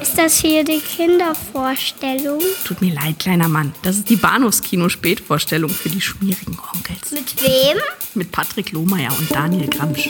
Ist das hier die Kindervorstellung? Tut mir leid, kleiner Mann. Das ist die Bahnhofskino-Spätvorstellung für die schmierigen Onkels. Mit wem? Mit Patrick Lohmeier und Daniel Gramsch.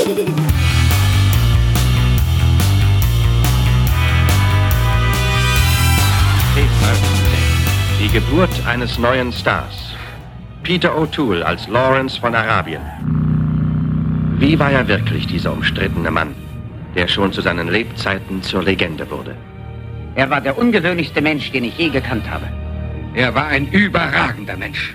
Die Geburt eines neuen Stars. Peter O'Toole als Lawrence von Arabien. Wie war er wirklich, dieser umstrittene Mann, der schon zu seinen Lebzeiten zur Legende wurde? Er war der ungewöhnlichste Mensch, den ich je gekannt habe. Er war ein überragender Mensch.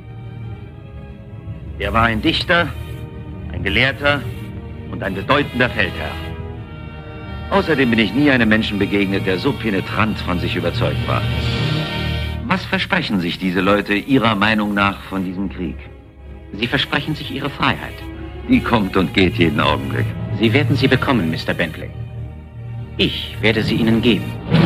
Er war ein Dichter, ein Gelehrter und ein bedeutender Feldherr. Außerdem bin ich nie einem Menschen begegnet, der so penetrant von sich überzeugt war. Was versprechen sich diese Leute Ihrer Meinung nach von diesem Krieg? Sie versprechen sich ihre Freiheit. Die kommt und geht jeden Augenblick. Sie werden sie bekommen, Mr. Bentley. Ich werde sie Ihnen geben.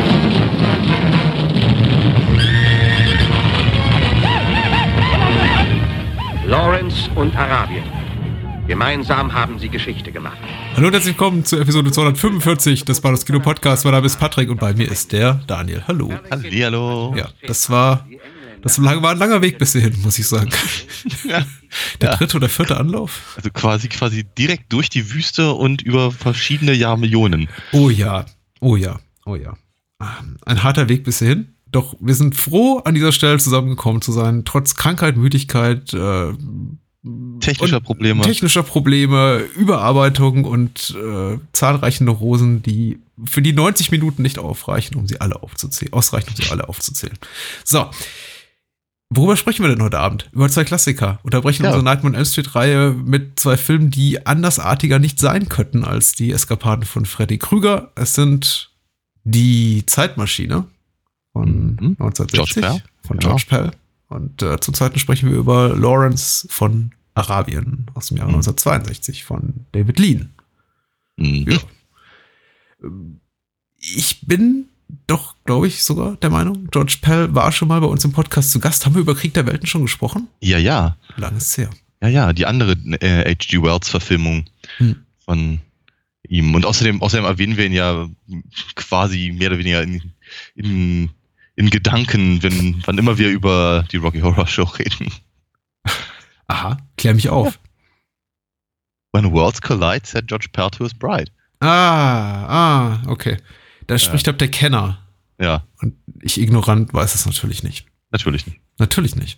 Lawrence und Arabien. Gemeinsam haben sie Geschichte gemacht. Hallo und herzlich willkommen zur Episode 245 des Bahnhofs Kino Podcasts. Mein Name ist Patrick und bei mir ist der Daniel. Hallo. Hallihallo. Ja, das war ein langer Weg bis hierhin, muss ich sagen. Ja. Der dritte oder vierte Anlauf? Also quasi direkt durch die Wüste und über verschiedene Jahrmillionen. Oh ja. Ein harter Weg bis hierhin. Doch wir sind froh, an dieser Stelle zusammengekommen zu sein, trotz Krankheit, Müdigkeit, technischer Probleme, Überarbeitung und zahlreichen Neurosen, für die 90 Minuten nicht ausreichen, um sie alle aufzuzählen. So. Worüber sprechen wir denn heute Abend? Über 2 Klassiker. Unterbrechen unsere Nightmare on Elm Street-Reihe mit 2 Filmen, die andersartiger nicht sein könnten als die Eskapaden von Freddy Krüger. Es sind Die Zeitmaschine von 1960 von George Pell. Und zum Zweiten sprechen wir über Lawrence von Arabien aus dem Jahre 1962 von David Lean. Ja. Ich bin doch, glaube ich, sogar der Meinung, George Pell war schon mal bei uns im Podcast zu Gast. Haben wir über Krieg der Welten schon gesprochen? Ja. Lange ist es her. Ja, die andere H.G. Wells-Verfilmung von ihm. Und außerdem erwähnen wir ihn ja quasi mehr oder weniger in Gedanken, wann immer wir über die Rocky Horror Show reden. Aha, klär mich auf. When worlds collide, said George Pell to his bride. Okay. Da spricht der Kenner. Ja. Und ich ignorant weiß es natürlich nicht. Natürlich nicht.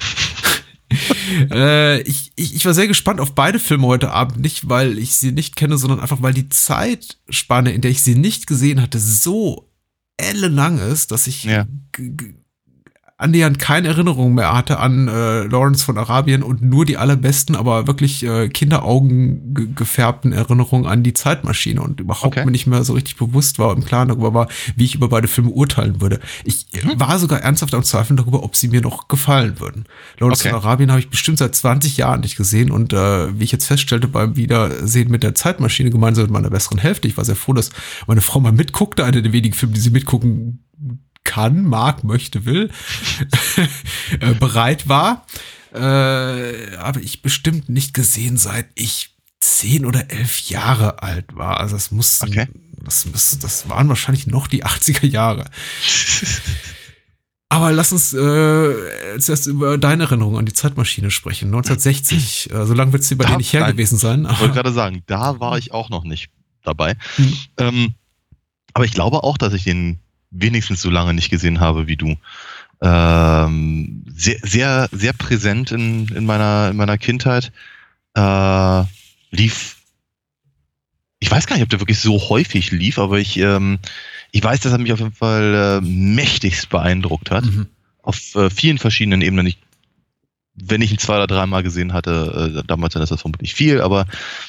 Ich war sehr gespannt auf beide Filme heute Abend. Nicht, weil ich sie nicht kenne, sondern einfach, weil die Zeitspanne, in der ich sie nicht gesehen hatte, so ellenlang ist, dass ich annähernd keine Erinnerung mehr hatte an Lawrence von Arabien und nur die allerbesten, aber wirklich Kinderaugen gefärbten Erinnerungen an die Zeitmaschine und überhaupt mir nicht mehr so richtig bewusst war, im Klaren darüber war, wie ich über beide Filme urteilen würde. Ich war sogar ernsthaft am Zweifeln darüber, ob sie mir noch gefallen würden. Lawrence von Arabien habe ich bestimmt seit 20 Jahren nicht gesehen und wie ich jetzt feststellte beim Wiedersehen mit der Zeitmaschine gemeinsam mit meiner besseren Hälfte, ich war sehr froh, dass meine Frau mal mitguckte, einer der wenigen Filme, die sie mitgucken kann, mag, möchte, will, bereit war, habe ich bestimmt nicht gesehen, seit ich 10 oder 11 Jahre alt war. Also das waren wahrscheinlich noch die 80er Jahre. Aber lass uns zuerst über deine Erinnerung an die Zeitmaschine sprechen. 1960, so lange wird sie bei dir nicht her gewesen sein. Ich wollte gerade sagen, da war ich auch noch nicht dabei. Aber ich glaube auch, dass ich den wenigstens so lange nicht gesehen habe wie du. Sehr, sehr, sehr präsent in meiner Kindheit. Lief. Ich weiß gar nicht, ob der wirklich so häufig lief, aber ich weiß, dass er mich auf jeden Fall mächtigst beeindruckt hat. Auf vielen verschiedenen Ebenen. Wenn ich ihn 2 oder 3 Mal gesehen hatte, damals, dann ist das vermutlich viel, aber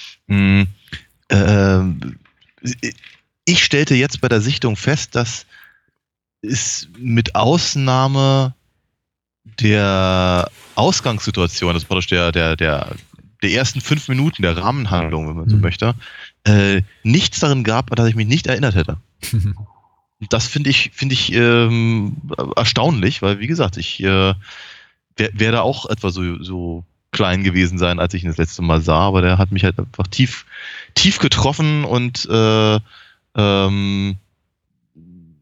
ich stellte jetzt bei der Sichtung fest, dass ist mit Ausnahme der Ausgangssituation, das ist praktisch der ersten 5 Minuten der Rahmenhandlung, wenn man so möchte, nichts darin gab, an das ich mich nicht erinnert hätte. Und das finde ich erstaunlich, weil, wie gesagt, ich werde auch etwa so klein gewesen sein, als ich ihn das letzte Mal sah, aber der hat mich halt einfach tief getroffen und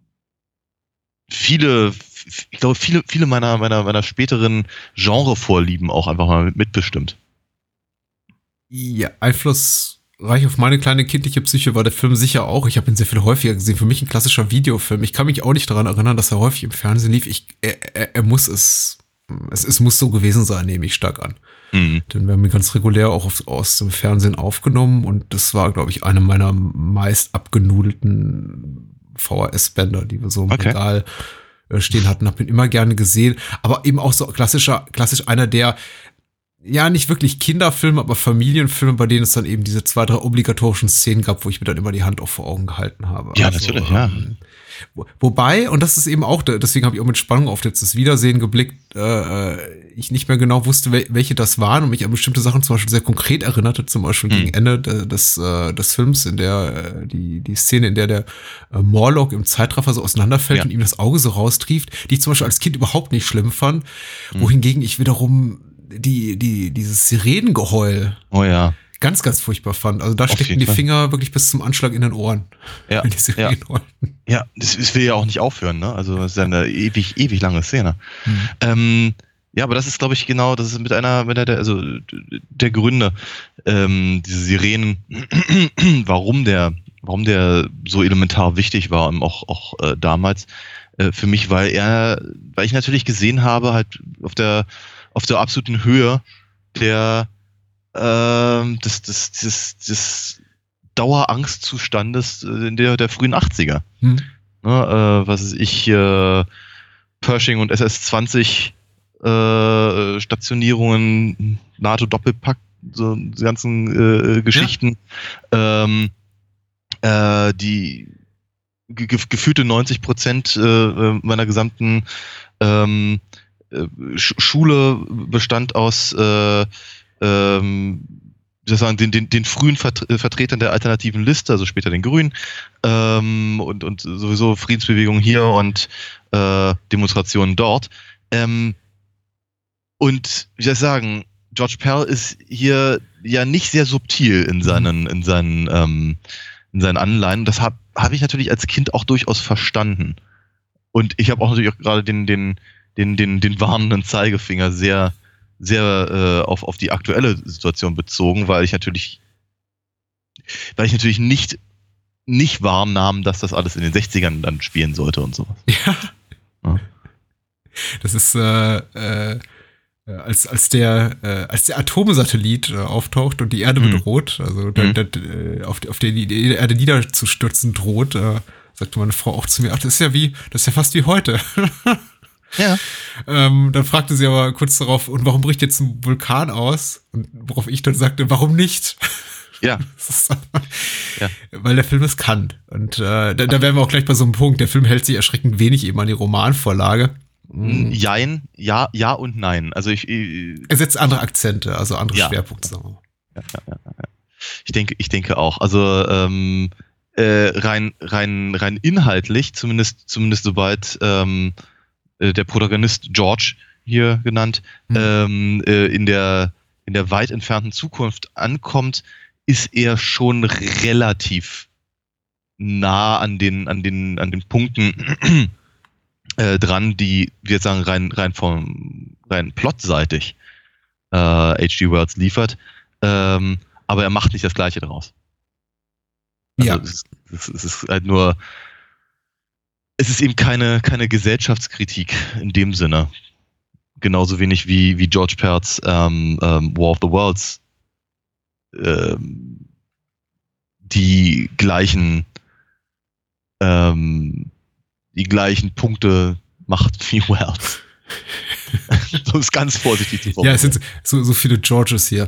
viele meiner späteren Genrevorlieben auch einfach mal mitbestimmt. Ja, einflussreich auf meine kleine kindliche Psyche war der Film sicher auch. Ich habe ihn sehr viel häufiger gesehen. Für mich ein klassischer Videofilm. Ich kann mich auch nicht daran erinnern, dass er häufig im Fernsehen lief. Er muss es muss so gewesen sein, nehme ich stark an. Mhm. Denn wir haben ihn ganz regulär auch aus dem Fernsehen aufgenommen und das war, glaube ich, eine meiner meist abgenudelten VHS-Bänder, die wir so im Regal stehen hatten. Hab ihn immer gerne gesehen, aber eben auch so klassisch einer der, ja, nicht wirklich Kinderfilme, aber Familienfilme, bei denen es dann eben diese 2, 3 obligatorischen Szenen gab, wo ich mir dann immer die Hand auch vor Augen gehalten habe. Ja, also, natürlich, ja. Wobei, und das ist eben auch, deswegen habe ich auch mit Spannung auf jetzt das Wiedersehen geblickt, ich nicht mehr genau wusste, welche das waren und mich an bestimmte Sachen zum Beispiel sehr konkret erinnerte, zum Beispiel gegen Ende des Films, in der die Szene, in der Morlock im Zeitraffer so auseinanderfällt und ihm das Auge so raustrieft, die ich zum Beispiel als Kind überhaupt nicht schlimm fand, wohingegen ich wiederum dieses Sirenengeheul ganz, ganz furchtbar fand. Also da stecken die Finger wirklich bis zum Anschlag in den Ohren. Ja, die Sirenen heulen. Ja, das will ja auch nicht aufhören, ne? Also das ist ja eine ewig lange Szene. Ja, aber das ist, glaube ich, genau, das ist mit der Gründe, diese Sirenen, warum der so elementar wichtig war, auch damals, für mich, weil ich natürlich gesehen habe, halt auf der absoluten Höhe des Dauerangstzustandes in der frühen 80er. Was weiß ich, Pershing und SS-20 Stationierungen, NATO-Doppelpack, so die ganzen Geschichten, die gefühlte 90% meiner gesamten Schule bestand aus den frühen Vertretern der alternativen Liste, also später den Grünen, und sowieso Friedensbewegung hier und Demonstrationen dort. Und wie soll ich sagen, George Pell ist hier ja nicht sehr subtil in seinen Anleihen. Das hab ich natürlich als Kind auch durchaus verstanden. Und ich habe auch natürlich auch gerade den warnenden Zeigefinger sehr auf die aktuelle Situation bezogen, weil ich natürlich nicht wahrnahm, dass das alles in den 60ern dann spielen sollte und sowas. Ja. Das ist als der Atomsatellit auftaucht und die Erde bedroht, also auf der die Erde niederzustürzen droht, sagte meine Frau auch zu mir, ach, das ist ja fast wie heute. Ja. Dann fragte sie aber kurz darauf, und warum bricht jetzt ein Vulkan aus? Und worauf ich dann sagte, warum nicht? Ja. Weil der Film es kann. Und da wären wir auch gleich bei so einem Punkt. Der Film hält sich erschreckend wenig eben an die Romanvorlage. Jein, ja und nein. Also er setzt andere Akzente, also andere Schwerpunkte. Sagen wir mal. Ja. Ich denke auch. Also rein inhaltlich, zumindest sobald der Protagonist George hier genannt in der weit entfernten Zukunft ankommt, ist er schon relativ nah an den Punkten dran, die wir jetzt sagen rein plotseitig H.G. Wells liefert, aber er macht nicht das Gleiche daraus. Also es ist halt nur, es ist eben keine Gesellschaftskritik in dem Sinne. Genauso wenig wie George Pells War of the Worlds die gleichen Punkte macht wie Wells. So ist ganz vorsichtig zu formulieren. Ja, es sind so viele Georges hier.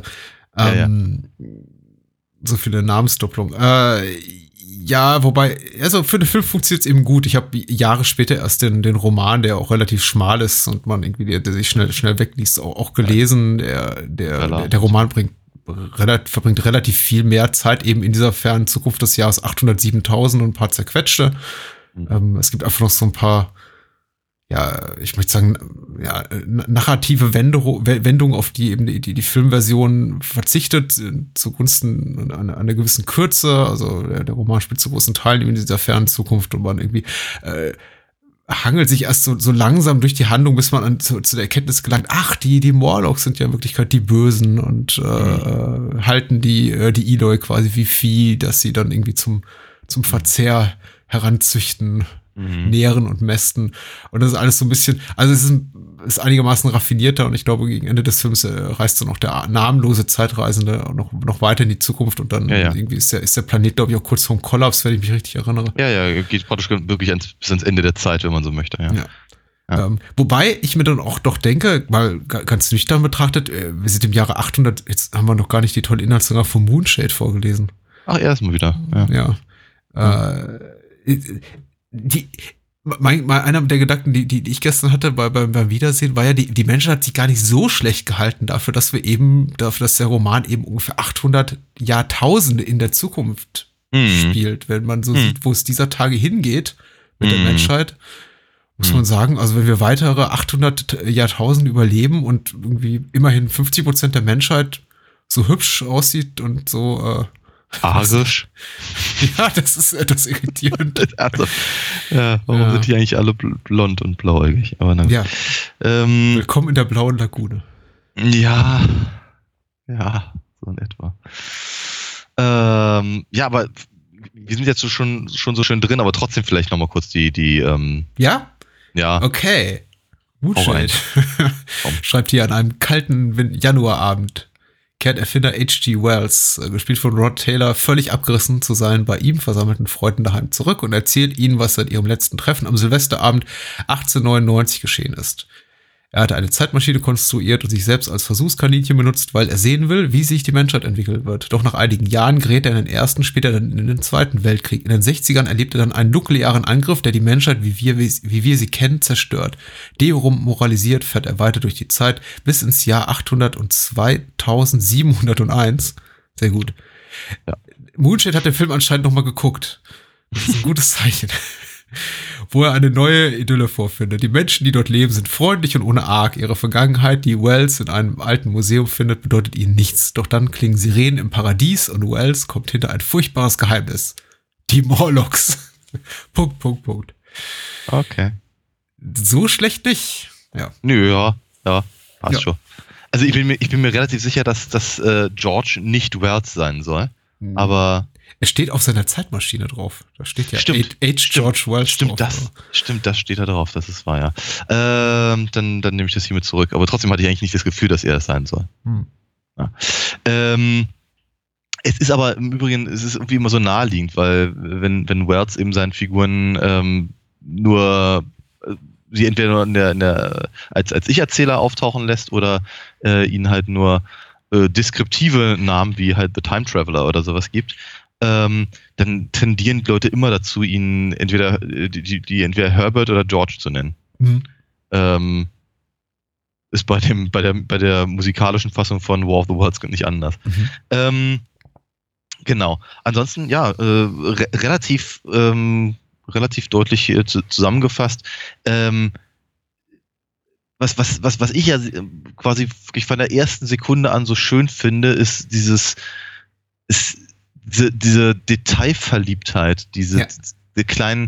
So viele Namensdopplungen. Ja, wobei, also für den Film funktioniert es eben gut. Ich habe Jahre später erst den Roman, der auch relativ schmal ist und man irgendwie, der sich schnell wegliest, auch gelesen. Der Roman verbringt relativ viel mehr Zeit eben in dieser fernen Zukunft des Jahres 807.000 und ein paar zerquetschte. Es gibt einfach noch so ein paar, ja, ich möchte sagen, ja, narrative Wendung, auf die eben die Filmversion verzichtet, zugunsten einer gewissen Kürze. Also der Roman spielt zu großen Teilen in dieser fernen Zukunft und man irgendwie hangelt sich erst so langsam durch die Handlung, bis man zu der Erkenntnis gelangt, ach, die Morlocks sind ja in Wirklichkeit die Bösen und halten die Eloi quasi wie Vieh, dass sie dann irgendwie zum Verzehr heranzüchten, nähren und mästen. Und das ist alles so ein bisschen, also es ist einigermaßen raffinierter und ich glaube, gegen Ende des Films reist dann auch der namenlose Zeitreisende noch weiter in die Zukunft und dann irgendwie ist der Planet, glaube ich, auch kurz vorm Kollaps, wenn ich mich richtig erinnere. Ja, geht praktisch wirklich bis ans Ende der Zeit, wenn man so möchte, ja. Wobei ich mir dann auch doch denke, mal ganz nüchtern betrachtet, wir sind im Jahre 800, jetzt haben wir noch gar nicht die tolle Inhaltsangabe von Moonshade vorgelesen. Ach, erstmal wieder. Ja. Einer der Gedanken, die ich gestern hatte beim Wiedersehen, war ja, die Menschheit hat sich gar nicht so schlecht gehalten dafür, dass der Roman eben ungefähr 800 Jahrtausende in der Zukunft spielt. Wenn man so sieht, wo es dieser Tage hingeht mit der Menschheit, muss man sagen, also wenn wir weitere 800 Jahrtausende überleben und irgendwie immerhin 50% der Menschheit so hübsch aussieht und so arisch. Ja, das ist etwas irritierend. Also, warum sind die eigentlich alle blond und blauäugig? Aber dann, willkommen in der blauen Lagune. Ja, so in etwa. Aber wir sind jetzt schon so schön drin, aber trotzdem vielleicht nochmal kurz die Ja? Ja. Okay. Moonshade. Schreibt hier an einem kalten Januarabend. Kehrt Erfinder H.G. Wells, gespielt von Rod Taylor, völlig abgerissen zu seinen bei ihm versammelten Freunden daheim zurück und erzählt ihnen, was seit ihrem letzten Treffen am Silvesterabend 1899 geschehen ist. Er hatte eine Zeitmaschine konstruiert und sich selbst als Versuchskaninchen benutzt, weil er sehen will, wie sich die Menschheit entwickeln wird. Doch nach einigen Jahren gerät er in den Ersten, später dann in den Zweiten Weltkrieg. In den 60ern erlebt er dann einen nuklearen Angriff, der die Menschheit, wie wir sie kennen, zerstört. Demoralisiert fährt er weiter durch die Zeit bis ins Jahr 800 und 2701. Sehr gut. Ja. Moonshade hat den Film anscheinend nochmal geguckt. Das ist ein gutes Zeichen. Wo er eine neue Idylle vorfindet. Die Menschen, die dort leben, sind freundlich und ohne Arg. Ihre Vergangenheit, die Wells in einem alten Museum findet, bedeutet ihnen nichts. Doch dann klingen Sirenen im Paradies und Wells kommt hinter ein furchtbares Geheimnis. Die Morlocks. Punkt. Okay. So schlecht nicht. Ja. Nö, ja, passt schon. Also ich bin mir relativ sicher, dass George nicht Wells sein soll. Aber es steht auf seiner Zeitmaschine drauf. Da steht ja George Wells drauf. Stimmt, das steht da drauf, das ist wahr, ja. Dann nehme ich das hiermit zurück. Aber trotzdem hatte ich eigentlich nicht das Gefühl, dass er es sein soll. Ja. Es ist aber im Übrigen, es ist irgendwie immer so naheliegend, weil wenn Wells eben seinen Figuren sie entweder nur als Ich-Erzähler auftauchen lässt oder ihnen halt nur deskriptive Namen wie halt The Time Traveler oder sowas gibt, dann tendieren die Leute immer dazu, ihn entweder Herbert oder George zu nennen. Ist bei der musikalischen Fassung von War of the Worlds nicht anders. Genau. Ansonsten, relativ deutlich zusammengefasst. Was ich ja quasi wirklich von der ersten Sekunde an so schön finde, ist diese Detailverliebtheit, diese kleinen,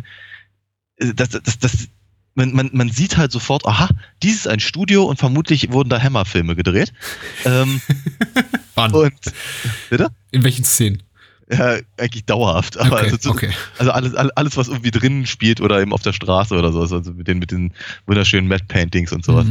man sieht halt sofort, aha, dies ist ein Studio und vermutlich wurden da Hammer-Filme gedreht. Wann? Und, bitte? In welchen Szenen? Ja, eigentlich dauerhaft. Aber okay. Also alles, was irgendwie drinnen spielt oder eben auf der Straße oder so, also mit den wunderschönen Matte-Paintings und sowas.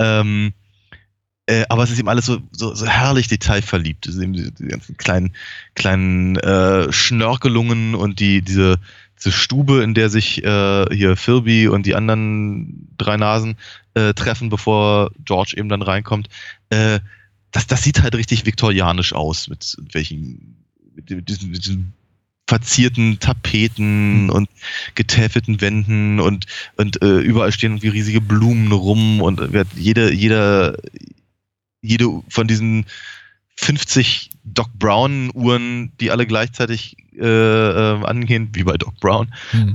Aber es ist eben alles so herrlich detailverliebt. Es sind eben die ganzen kleinen Schnörkelungen und diese Stube, in der sich hier Philby und die anderen drei Nasen treffen, bevor George eben dann reinkommt. Das sieht halt richtig viktorianisch aus, mit diesen verzierten Tapeten und getäfelten Wänden und überall stehen irgendwie riesige Blumen rum und jede von diesen 50 Doc Brown Uhren, die alle gleichzeitig angehen, wie bei Doc Brown,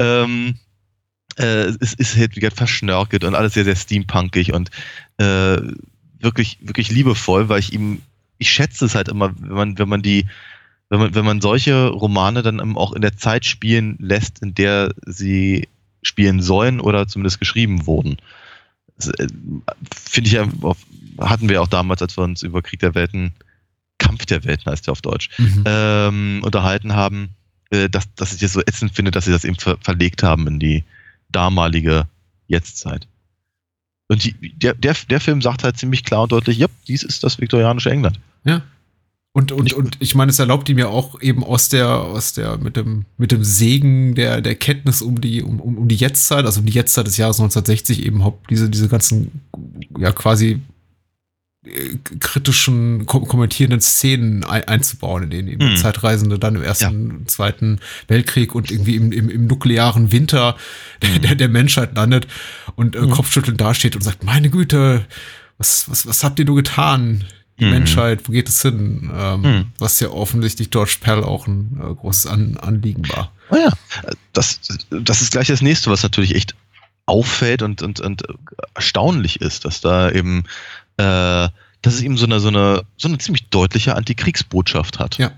es ist halt wieder verschnörkelt und alles sehr, sehr steampunkig und wirklich, wirklich liebevoll, weil ich schätze es halt immer, wenn man solche Romane dann auch in der Zeit spielen lässt, in der sie spielen sollen oder zumindest geschrieben wurden. Finde ich ja, hatten wir auch damals, als wir uns über Kampf der Welten heißt der auf Deutsch, unterhalten haben, dass ich es so ätzend finde, dass sie das eben verlegt haben in die damalige Jetztzeit. Und der Film sagt halt ziemlich klar und deutlich, ja, dies ist das viktorianische England. Ja. Und ich meine, es erlaubt ihm ja auch eben mit dem Segen der Kenntnis um die Jetztzeit, also um die Jetztzeit des Jahres 1960 eben diese ganzen, ja, quasi kritischen, kommentierenden Szenen einzubauen, in denen eben Zeitreisende dann im Ersten, Zweiten Weltkrieg und irgendwie im nuklearen Winter der Menschheit landet und kopfschüttelnd dasteht und sagt, meine Güte, was habt ihr nur getan? Die Menschheit, wo geht es hin? Was ja offensichtlich George Pell auch ein großes Anliegen war. Oh ja, das ist gleich das nächste, was natürlich echt auffällt und erstaunlich ist, dass da eben dass es eben so eine ziemlich deutliche Antikriegsbotschaft hat. Ja.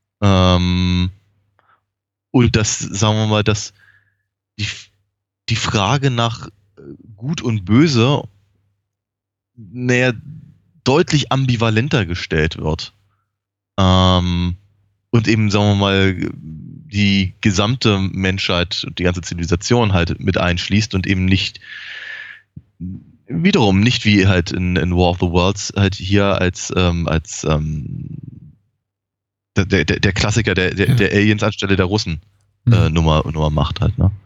Und das, sagen wir mal, dass die Frage nach Gut und Böse deutlich ambivalenter gestellt wird. Und eben, sagen wir mal, die gesamte Menschheit, die ganze Zivilisation halt mit einschließt und eben nicht wie halt in War of the Worlds halt hier als der Klassiker der Aliens anstelle der Russen Nummer macht halt, ne?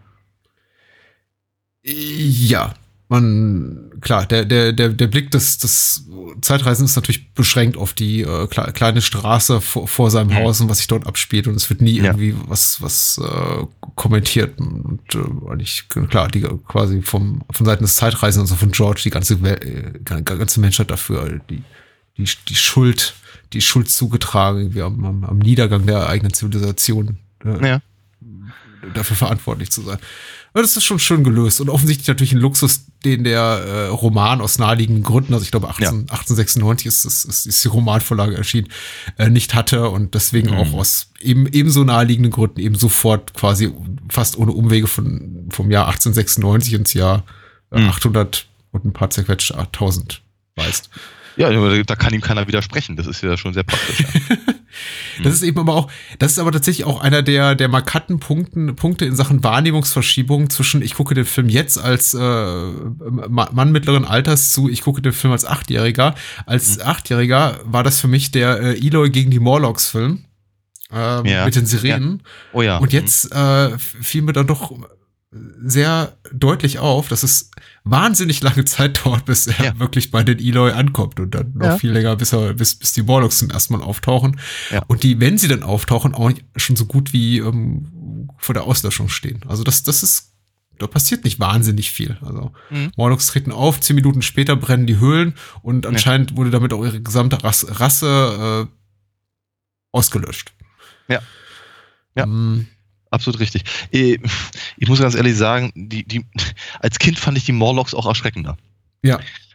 Ja, klar, der Blick des Zeitreisen ist natürlich beschränkt auf die kleine Straße vor seinem Haus und was sich dort abspielt, und es wird nie irgendwie was kommentiert, und eigentlich, klar, die quasi von Seiten des Zeitreisenden, also von George, die ganze Menschheit dafür die Schuld zugetragen, irgendwie am Niedergang der eigenen Zivilisation dafür verantwortlich zu sein. Aber das ist schon schön gelöst und offensichtlich natürlich ein Luxus, den der Roman aus naheliegenden Gründen, also ich glaube 1896 ist die Romanvorlage erschienen, nicht hatte, und deswegen auch aus ebenso naheliegenden Gründen eben sofort quasi fast ohne Umwege vom Jahr 1896 ins Jahr 800 und ein paar zerquetschte 1000 weist. Ja, da kann ihm keiner widersprechen. Das ist ja schon sehr praktisch. Das ist aber tatsächlich auch einer der markanten Punkte in Sachen Wahrnehmungsverschiebung zwischen ich gucke den Film jetzt als Mann mittleren Alters zu ich gucke den Film als Achtjähriger. Als Achtjähriger war das für mich der Eloy gegen die Morlocks-Film mit den Sirenen. Ja. Oh ja. Und jetzt fiel mir dann doch sehr deutlich auf, dass es wahnsinnig lange Zeit dauert, bis er wirklich bei den Eloy ankommt, und dann noch viel länger, bis die Morlocks zum ersten Mal auftauchen. Ja. Und die, wenn sie dann auftauchen, auch schon so gut wie vor der Auslöschung stehen. Also da passiert nicht wahnsinnig viel. Also Morlocks treten auf, 10 Minuten später brennen die Höhlen, und anscheinend wurde damit auch ihre gesamte Rasse ausgelöscht. Ja. Ja. Absolut richtig. Ich muss ganz ehrlich sagen, als Kind fand ich die Morlocks auch erschreckender. Ja.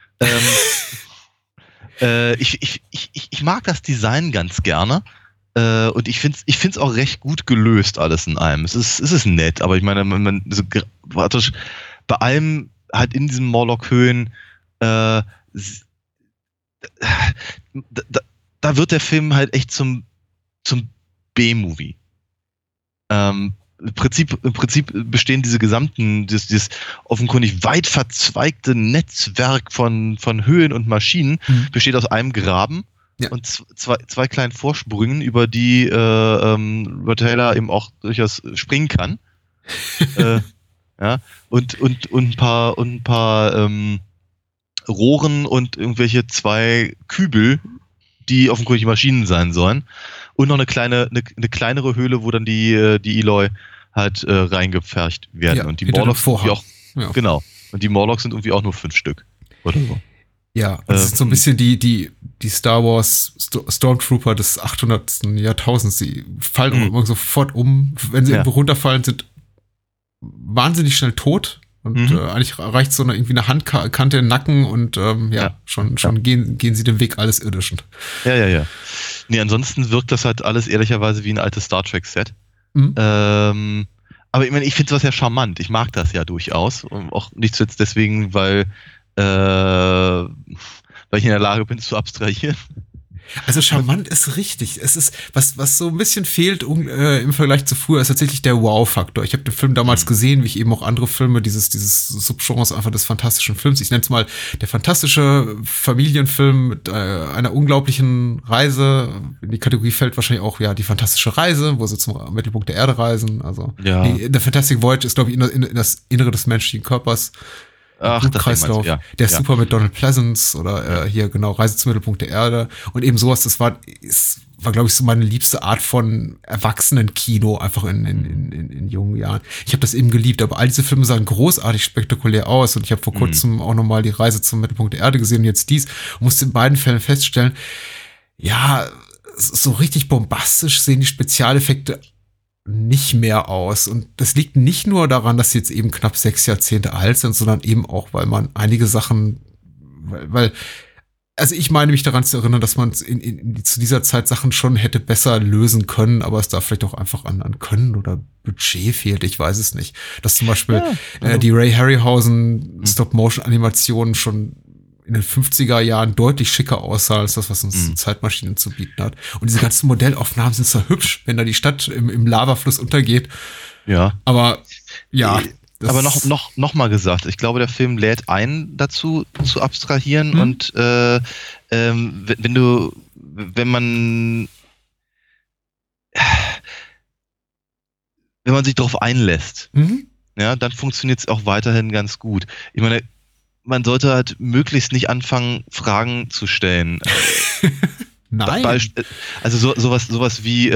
Ich mag das Design ganz gerne. Und ich find's auch recht gut gelöst, alles in einem. Es ist nett, aber ich meine, bei allem halt in diesen Morlock-Höhen, da wird der Film halt echt zum B-Movie. Im Prinzip bestehen diese gesamten, dieses offenkundig weit verzweigte Netzwerk von Höhlen und Maschinen besteht aus einem Graben und zwei kleinen Vorsprüngen, über die Rod Taylor eben auch durchaus springen kann. Und ein paar Rohren und irgendwelche 2 Kübel, die offenkundig Maschinen sein sollen. Und noch eine kleinere Höhle, wo dann die Eloy halt reingepfercht werden. Und die Morlocks sind auch, genau. Und die Morlocks sind irgendwie auch nur 5 Stück oder so. Ja, das ist so ein bisschen die Star Wars Stormtrooper des 800. Jahrtausends. Sie fallen immer sofort um. Wenn sie irgendwo runterfallen, sind wahnsinnig schnell tot. Und eigentlich reicht so irgendwie eine Handkante in den Nacken, und schon gehen sie den Weg alles Irdischen. Ja. Nee, ansonsten wirkt das halt alles ehrlicherweise wie ein altes Star Trek-Set. Aber Aber ich meine, ich finde sowas ja charmant. Ich mag das ja durchaus. Und auch nicht zuletzt deswegen, weil ich in der Lage bin zu abstrahieren. Also charmant ist richtig. Es ist, was so ein bisschen fehlt im Vergleich zu früher, ist tatsächlich der Wow-Faktor. Ich habe den Film damals gesehen, wie ich eben auch andere Filme, dieses Subgenres einfach des fantastischen Films. Ich nenne es mal der fantastische Familienfilm mit einer unglaublichen Reise. In die Kategorie fällt wahrscheinlich auch die fantastische Reise, wo sie zum Mittelpunkt der Erde reisen. Also der Fantastic Voyage ist, glaube ich, in das Innere des menschlichen Körpers. Ach, das Kreislauf. Der ist super mit Donald Pleasance oder hier genau Reise zum Mittelpunkt der Erde und eben sowas. Das war glaube ich so meine liebste Art von Erwachsenenkino einfach in jungen Jahren. Ich habe das eben geliebt, aber all diese Filme sahen großartig spektakulär aus und ich habe vor kurzem auch nochmal die Reise zum Mittelpunkt der Erde gesehen und jetzt dies und musste in beiden Fällen feststellen, so richtig bombastisch sehen die Spezialeffekte nicht mehr aus. Und das liegt nicht nur daran, dass sie jetzt eben knapp 6 Jahrzehnte alt sind, sondern eben auch, weil man einige Sachen, also ich meine mich daran zu erinnern, dass man zu dieser Zeit Sachen schon hätte besser lösen können, aber es da vielleicht auch einfach an Können oder Budget fehlt, ich weiß es nicht. Dass zum Beispiel die Ray Harryhausen Stop-Motion-Animationen schon in den 50er Jahren deutlich schicker aussah als das, was uns Zeitmaschinen zu bieten hat. Und diese ganzen Modellaufnahmen sind zwar hübsch, wenn da die Stadt im Lavafluss untergeht. Ja. Aber aber noch mal gesagt, ich glaube, der Film lädt ein, dazu zu abstrahieren und wenn man sich darauf einlässt, dann funktioniert es auch weiterhin ganz gut. Ich meine, man sollte halt möglichst nicht anfangen, Fragen zu stellen. Nein. Also sowas wie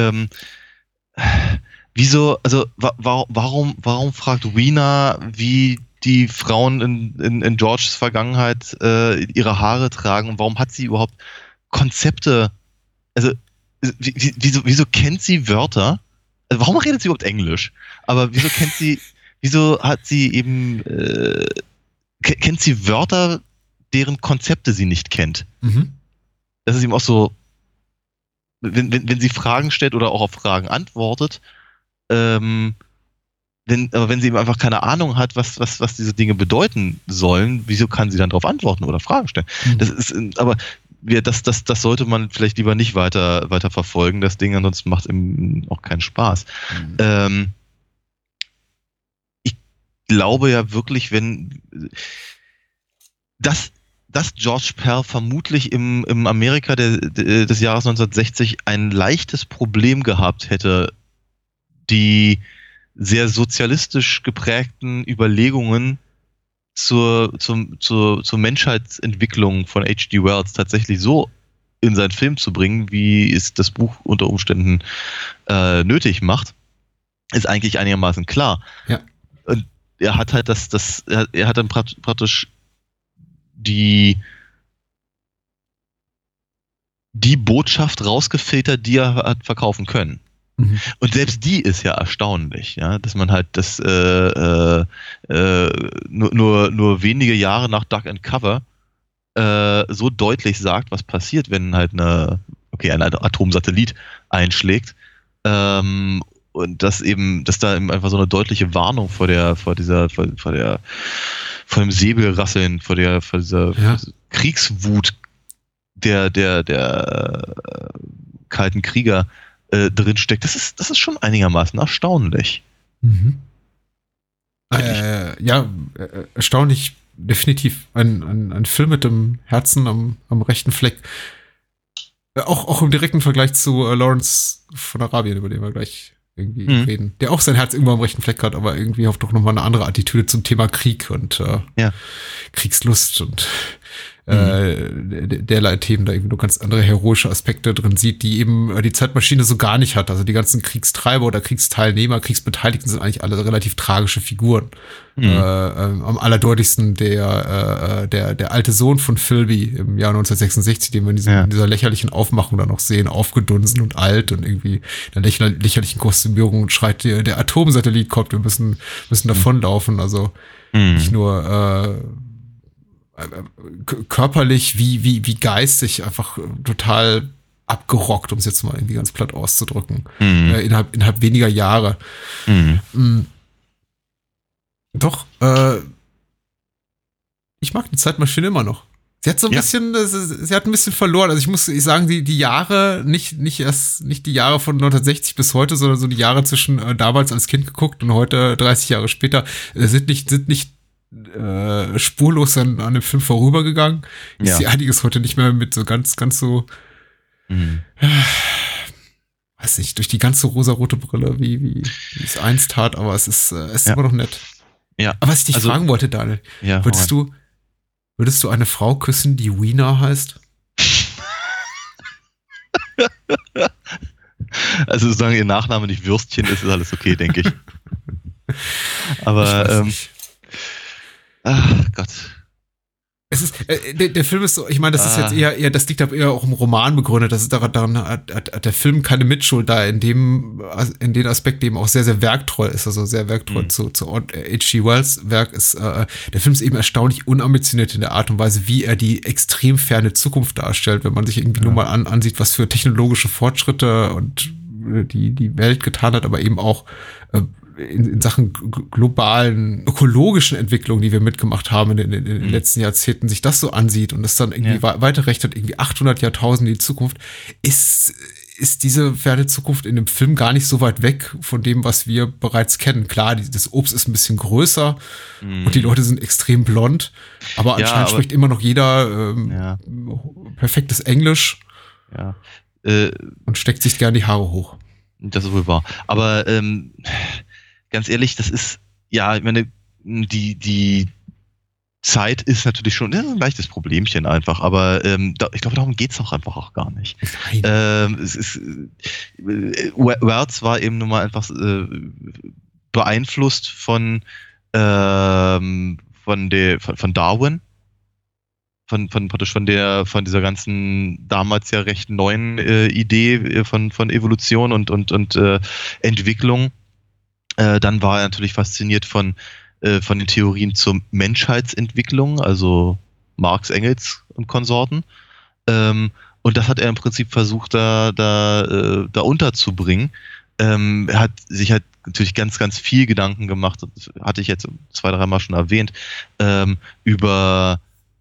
wieso, also warum fragt Weena, wie die Frauen in Georges Vergangenheit ihre Haare tragen und warum hat sie überhaupt Konzepte? Also wieso kennt sie Wörter? Also warum redet sie überhaupt Englisch? Aber wieso hat sie eben kennt sie Wörter, deren Konzepte sie nicht kennt? Das ist eben auch so, wenn sie Fragen stellt oder auch auf Fragen antwortet, wenn sie eben einfach keine Ahnung hat, was diese Dinge bedeuten sollen, wieso kann sie dann darauf antworten oder Fragen stellen? Das ist, aber das sollte man vielleicht lieber nicht weiter verfolgen, das Ding, ansonsten macht es eben auch keinen Spaß. Ich glaube ja wirklich, dass George Pell vermutlich im Amerika des Jahres 1960 ein leichtes Problem gehabt hätte, die sehr sozialistisch geprägten Überlegungen zur Menschheitsentwicklung von H.G. Wells tatsächlich so in seinen Film zu bringen, wie es das Buch unter Umständen nötig macht, ist eigentlich einigermaßen klar. Ja. Und er hat halt er hat dann praktisch die Botschaft rausgefiltert, die er hat verkaufen können. Und selbst die ist ja erstaunlich, ja, dass man halt das nur wenige Jahre nach Duck and Cover so deutlich sagt, was passiert, wenn halt ein Atomsatellit einschlägt, und dass da eben einfach so eine deutliche Warnung vor dem Säbelrasseln, vor dieser Kriegswut der kalten Krieger drin steckt. Das ist schon einigermaßen erstaunlich. Erstaunlich, definitiv. Ein Film mit dem Herzen am rechten Fleck. Auch im direkten Vergleich zu Lawrence von Arabien, über den wir gleich irgendwie reden. Der auch sein Herz irgendwo am rechten Fleck hat, aber irgendwie auch doch nochmal eine andere Attitüde zum Thema Krieg und Kriegslust und derlei Themen, da eben nur ganz andere heroische Aspekte drin sieht, die eben die Zeitmaschine so gar nicht hat. Also die ganzen Kriegstreiber oder Kriegsteilnehmer, Kriegsbeteiligten sind eigentlich alle relativ tragische Figuren. Am allerdeutlichsten der alte Sohn von Philby im Jahr 1966, den wir in dieser lächerlichen Aufmachung dann noch sehen, aufgedunsen und alt und irgendwie in einer lächerlichen Kostümierung und schreit, der Atomsatellit kommt, wir müssen davonlaufen. Also nicht nur körperlich wie geistig einfach total abgerockt, um es jetzt mal irgendwie ganz platt auszudrücken, innerhalb weniger Jahre. Doch, ich mag die Zeitmaschine immer noch. Sie hat so ein bisschen, sie hat ein bisschen verloren. Also ich muss sagen, die Jahre, nicht die Jahre von 1960 bis heute, sondern so die Jahre zwischen damals als Kind geguckt und heute 30 Jahre später, sind nicht spurlos an dem Film vorübergegangen. Ich sehe einiges heute nicht mehr mit so ganz so, weiß nicht, durch die ganze rosarote Brille, wie es einst tat, aber es ist immer noch nett. Ja. Aber was ich dich fragen wollte, Daniel, würdest du eine Frau küssen, die Wiener heißt? Also solange ihr Nachname nicht Würstchen ist alles okay, denke ich. Aber, ach Gott. Es ist, der Film ist so, ich meine, das ist jetzt eher, das liegt aber eher auch im Roman begründet. Das ist daran hat der Film keine Mitschuld da, in den Aspekten eben auch sehr, sehr werktreu ist, also sehr werktreu zu H.G. Wells Werk ist, der Film ist eben erstaunlich unambitioniert in der Art und Weise, wie er die extrem ferne Zukunft darstellt, wenn man sich irgendwie nur mal ansieht, was für technologische Fortschritte und die Welt getan hat, aber eben auch in Sachen globalen, ökologischen Entwicklungen, die wir mitgemacht haben in den letzten Jahrzehnten, sich das so ansieht und es dann irgendwie weiterrechnet, irgendwie 800 Jahrtausende in die Zukunft, ist diese ferne Zukunft in dem Film gar nicht so weit weg von dem, was wir bereits kennen. Klar, das Obst ist ein bisschen größer und die Leute sind extrem blond, aber anscheinend spricht immer noch jeder perfektes Englisch und steckt sich gern die Haare hoch. Das ist wohl wahr. Aber ganz ehrlich, das ist, ich meine, die Zeit ist natürlich schon ein leichtes Problemchen einfach, aber ich glaube, darum geht's auch einfach auch gar nicht. Wells war eben nun mal einfach beeinflusst von Darwin, von dieser ganzen damals ja recht neuen Idee von Evolution und Entwicklung. Dann war er natürlich fasziniert von den Theorien zur Menschheitsentwicklung, also Marx, Engels und Konsorten. Und das hat er im Prinzip versucht, da unterzubringen. Er hat sich halt natürlich ganz, ganz viel Gedanken gemacht, das hatte ich jetzt 2-3 Mal schon erwähnt, über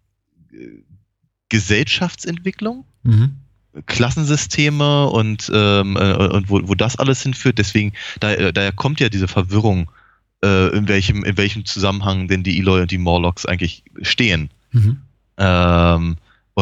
Gesellschaftsentwicklung, Klassensysteme und wo das alles hinführt. Deswegen, daher kommt ja diese Verwirrung, in welchem Zusammenhang denn die Eloi und die Morlocks eigentlich stehen. Im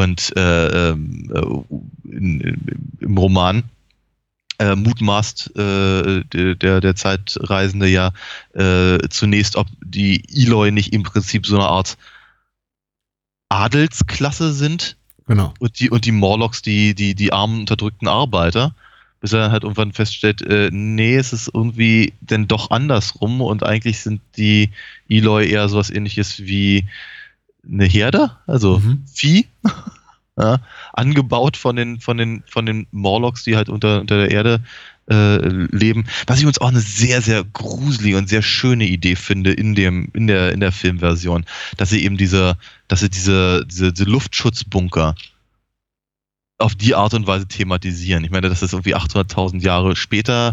Roman mutmaßt der Zeitreisende zunächst, ob die Eloi nicht im Prinzip so eine Art Adelsklasse sind. Genau. Und die Morlocks, die armen, unterdrückten Arbeiter, bis er dann halt irgendwann feststellt, nee, es ist irgendwie denn doch andersrum und eigentlich sind die Eloi eher sowas Ähnliches wie eine Herde, also Vieh, angebaut von den Morlocks, die halt unter der Erde leben. Was ich uns auch eine sehr, sehr gruselige und sehr schöne Idee finde in der Filmversion, dass sie eben diese Luftschutzbunker auf die Art und Weise thematisieren. Ich meine, dass das irgendwie 800.000 Jahre später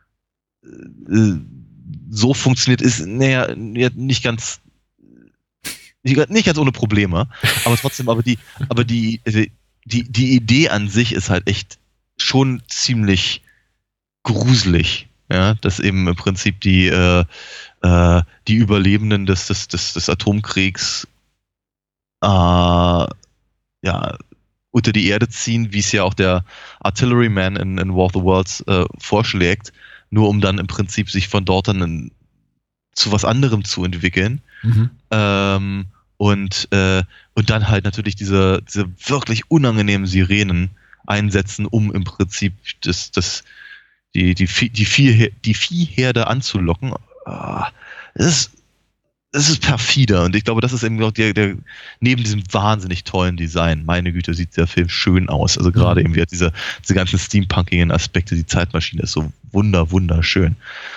so funktioniert, ist nicht ganz ohne Probleme, aber trotzdem, die Idee an sich ist halt echt schon ziemlich gruselig, ja, dass eben im Prinzip die Überlebenden des Atomkriegs unter die Erde ziehen, wie es ja auch der Artilleryman in War of the Worlds vorschlägt, nur um dann im Prinzip sich von dort dann zu was anderem zu entwickeln. Und dann halt natürlich diese wirklich unangenehmen Sirenen einsetzen, um im Prinzip die Viehherde anzulocken. Das ist perfider und ich glaube, das ist eben auch der neben diesem wahnsinnig tollen Design, meine Güte, sieht der Film schön aus. Also gerade eben diese ganzen steampunkigen Aspekte, die Zeitmaschine ist so wunderschön.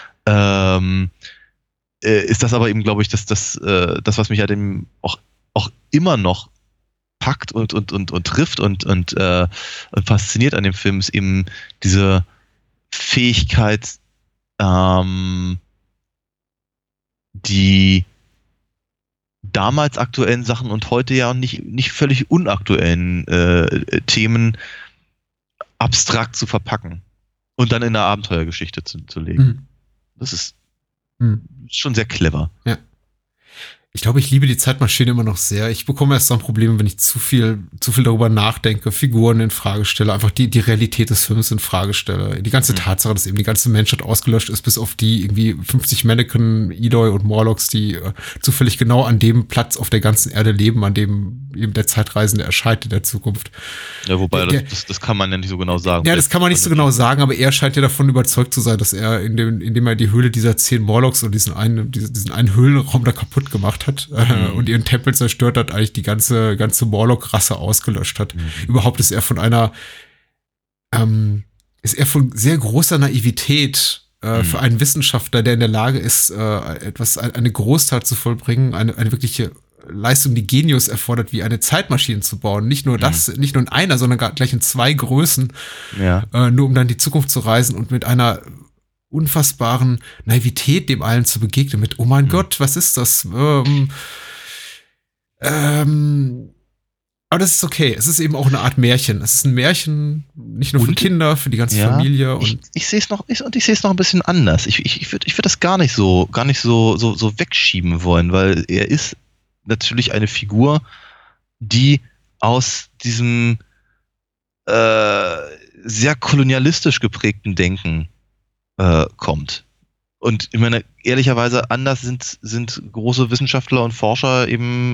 Ist das aber eben, glaube ich, das was mich halt eben auch immer noch packt und trifft und fasziniert an dem Film, ist eben diese Fähigkeit, die damals aktuellen Sachen und heute ja nicht völlig unaktuellen Themen abstrakt zu verpacken und dann in eine Abenteuergeschichte zu legen. Das ist schon sehr clever. Ja. Ich glaube, ich liebe die Zeitmaschine immer noch sehr. Ich bekomme erst dann Probleme, wenn ich zu viel darüber nachdenke, Figuren in Frage stelle, einfach die Realität des Films in Frage stelle. Die ganze Tatsache, dass eben die ganze Menschheit ausgelöscht ist, bis auf die irgendwie 50 Mannequin, Eloi und Morlocks, die zufällig genau an dem Platz auf der ganzen Erde leben, an dem eben der Zeitreisende erscheint in der Zukunft. Ja, wobei, das kann man ja nicht so genau sagen. Ja, das kann man nicht so genau sagen, aber er scheint ja davon überzeugt zu sein, dass er, indem er die Höhle dieser 10 Morlocks und diesen einen Höhlenraum da kaputt gemacht hat und ihren Tempel zerstört hat, eigentlich die ganze Morlock-Rasse ausgelöscht hat. Überhaupt ist er von sehr großer Naivität für einen Wissenschaftler, der in der Lage ist, eine Großtat zu vollbringen, eine wirkliche Leistung, die Genius erfordert, wie eine Zeitmaschine zu bauen. Nicht nur nicht nur in einer, sondern gleich in 2 Größen, nur um dann die Zukunft zu reisen und mit einer unfassbaren Naivität dem allen zu begegnen, mit, oh mein Gott, was ist das? Aber das ist okay. Es ist eben auch eine Art Märchen. Es ist ein Märchen, nicht nur für Kinder, für die ganze Familie. Und ich sehe es noch ein bisschen anders. Ich würd das gar nicht so wegschieben wollen, weil er ist natürlich eine Figur, die aus diesem sehr kolonialistisch geprägten Denken kommt. Und ich meine, ehrlicherweise anders sind große Wissenschaftler und Forscher eben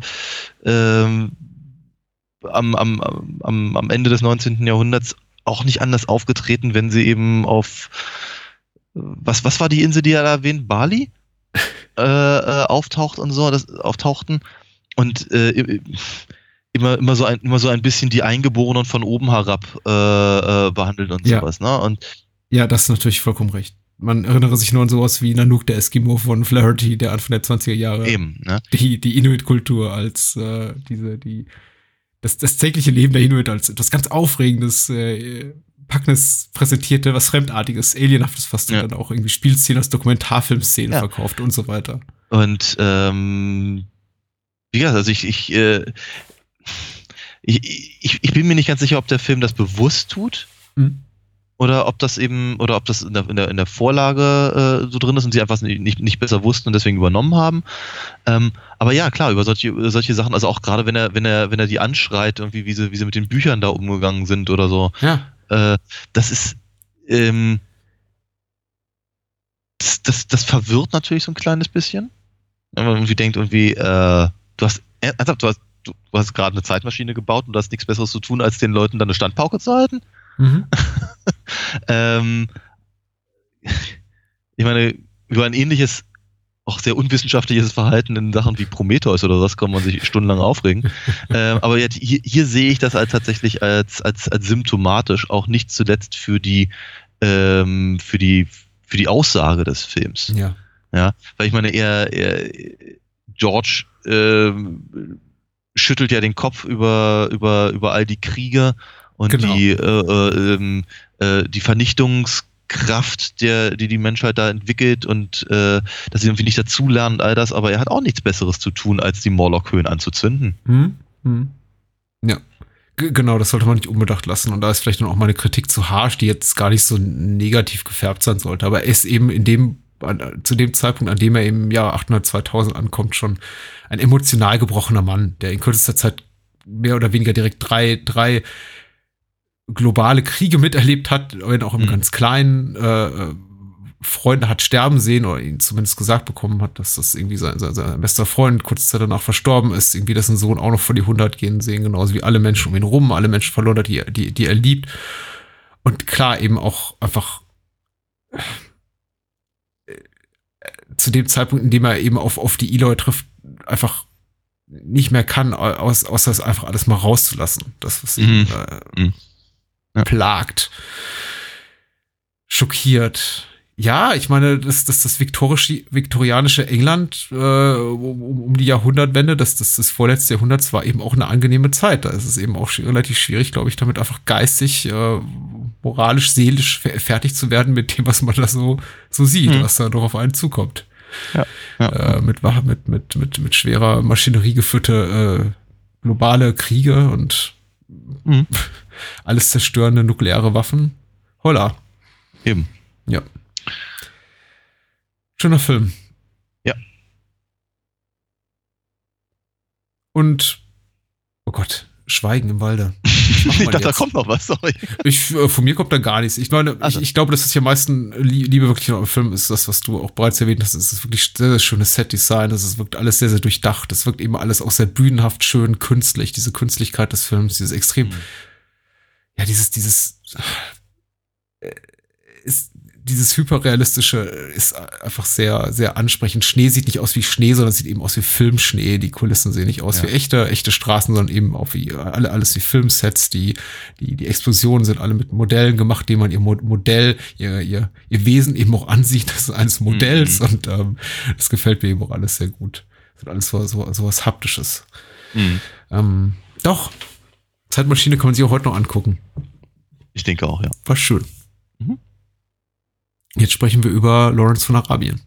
am Ende des 19. Jahrhunderts auch nicht anders aufgetreten, wenn sie eben auf was war die Insel, die er da erwähnt? Bali? auftauchten und immer so ein bisschen die Eingeborenen von oben herab behandelt und sowas, ne? Und ja, das ist natürlich vollkommen recht. Man erinnere sich nur an sowas wie Nanook, der Eskimo von Flaherty, der Anfang der 20er Jahre eben, ne? Die Inuit-Kultur als das tägliche Leben der Inuit als etwas ganz Aufregendes, Packendes präsentierte, was Fremdartiges, Alienhaftes fast, und dann auch irgendwie Spielszenen als Dokumentarfilmszenen verkauft und so weiter. Und wie gesagt, also ich bin mir nicht ganz sicher, ob der Film das bewusst tut. Oder ob das in der Vorlage so drin ist und sie einfach nicht besser wussten und deswegen übernommen haben. Aber ja, klar, über solche Sachen, also auch gerade wenn er die anschreit, irgendwie, wie sie mit den Büchern da umgegangen sind oder so. Ja. Das ist das verwirrt natürlich so ein kleines bisschen. Wenn man irgendwie denkt, du hast gerade eine Zeitmaschine gebaut und du hast nichts Besseres zu tun, als den Leuten dann eine Standpauke zu halten. Ich meine, über ein ähnliches, auch sehr unwissenschaftliches Verhalten in Sachen wie Prometheus oder was kann man sich stundenlang aufregen. Aber jetzt, hier sehe ich das tatsächlich als symptomatisch, auch nicht zuletzt für die Aussage des Films. Ja, weil ich meine, George schüttelt ja den Kopf über all die Kriege und die Vernichtungskraft, die Menschheit da entwickelt und dass sie irgendwie nicht dazulernen und all das, aber er hat auch nichts Besseres zu tun, als die Morlock-Höhen anzuzünden. Ja, genau, das sollte man nicht unbedacht lassen. Und da ist vielleicht dann auch mal eine Kritik zu harsch, die jetzt gar nicht so negativ gefärbt sein sollte. Aber er ist eben zu dem Zeitpunkt, an dem er im Jahr 800, 2000 ankommt, schon ein emotional gebrochener Mann, der in kürzester Zeit mehr oder weniger direkt drei globale Kriege miterlebt hat, wenn auch im ganz Kleinen, Freunde hat sterben sehen oder ihn zumindest gesagt bekommen hat, dass das irgendwie sein bester Freund kurze Zeit danach verstorben ist, irgendwie dessen Sohn auch noch vor die 100 gehen sehen, genauso wie alle Menschen um ihn rum, alle Menschen verloren hat, die er liebt. Und klar, eben auch einfach zu dem Zeitpunkt, in dem er eben auf die Eloi trifft, einfach nicht mehr kann, außer es einfach alles mal rauszulassen. Das, was ihn plagt, schockiert. Ja, ich meine, das viktorianische England um die Jahrhundertwende, das vorletzte Jahrhunderts war eben auch eine angenehme Zeit. Da ist es eben auch relativ schwierig, glaube ich, damit einfach geistig, moralisch, seelisch fertig zu werden mit dem, was man da so sieht, was da doch auf einen zukommt. Mit schwerer Maschinerie geführte globale Kriege und alles zerstörende nukleare Waffen. Holla. Eben. Ja. Schöner Film. Ja. Und, oh Gott, Schweigen im Walde. Ich dachte, da kommt noch was, sorry. Von mir kommt da gar nichts. Ich meine, ich glaube, dass es hier am meisten Liebe wirklich noch im Film ist, das, was du auch bereits erwähnt hast. Es ist wirklich sehr, sehr schönes Set-Design. Es wirkt alles sehr, sehr durchdacht. Es wirkt eben alles auch sehr bühnenhaft, schön, künstlich. Diese Künstlichkeit des Films, dieses extrem, dieses hyperrealistische ist einfach sehr, sehr ansprechend. Schnee sieht nicht aus wie Schnee, sondern sieht eben aus wie Filmschnee. Die Kulissen sehen nicht aus wie echte Straßen, sondern eben auch wie alles wie Filmsets. Die Explosionen sind alle mit Modellen gemacht, denen man ihr Modell, ihr Wesen eben auch ansieht. Das ist eines Modells und das gefällt mir eben auch alles sehr gut. Das ist alles so was Haptisches. Doch, Zeitmaschine kann man sich auch heute noch angucken. Ich denke auch, ja. War schön. Jetzt sprechen wir über Lawrence von Arabien.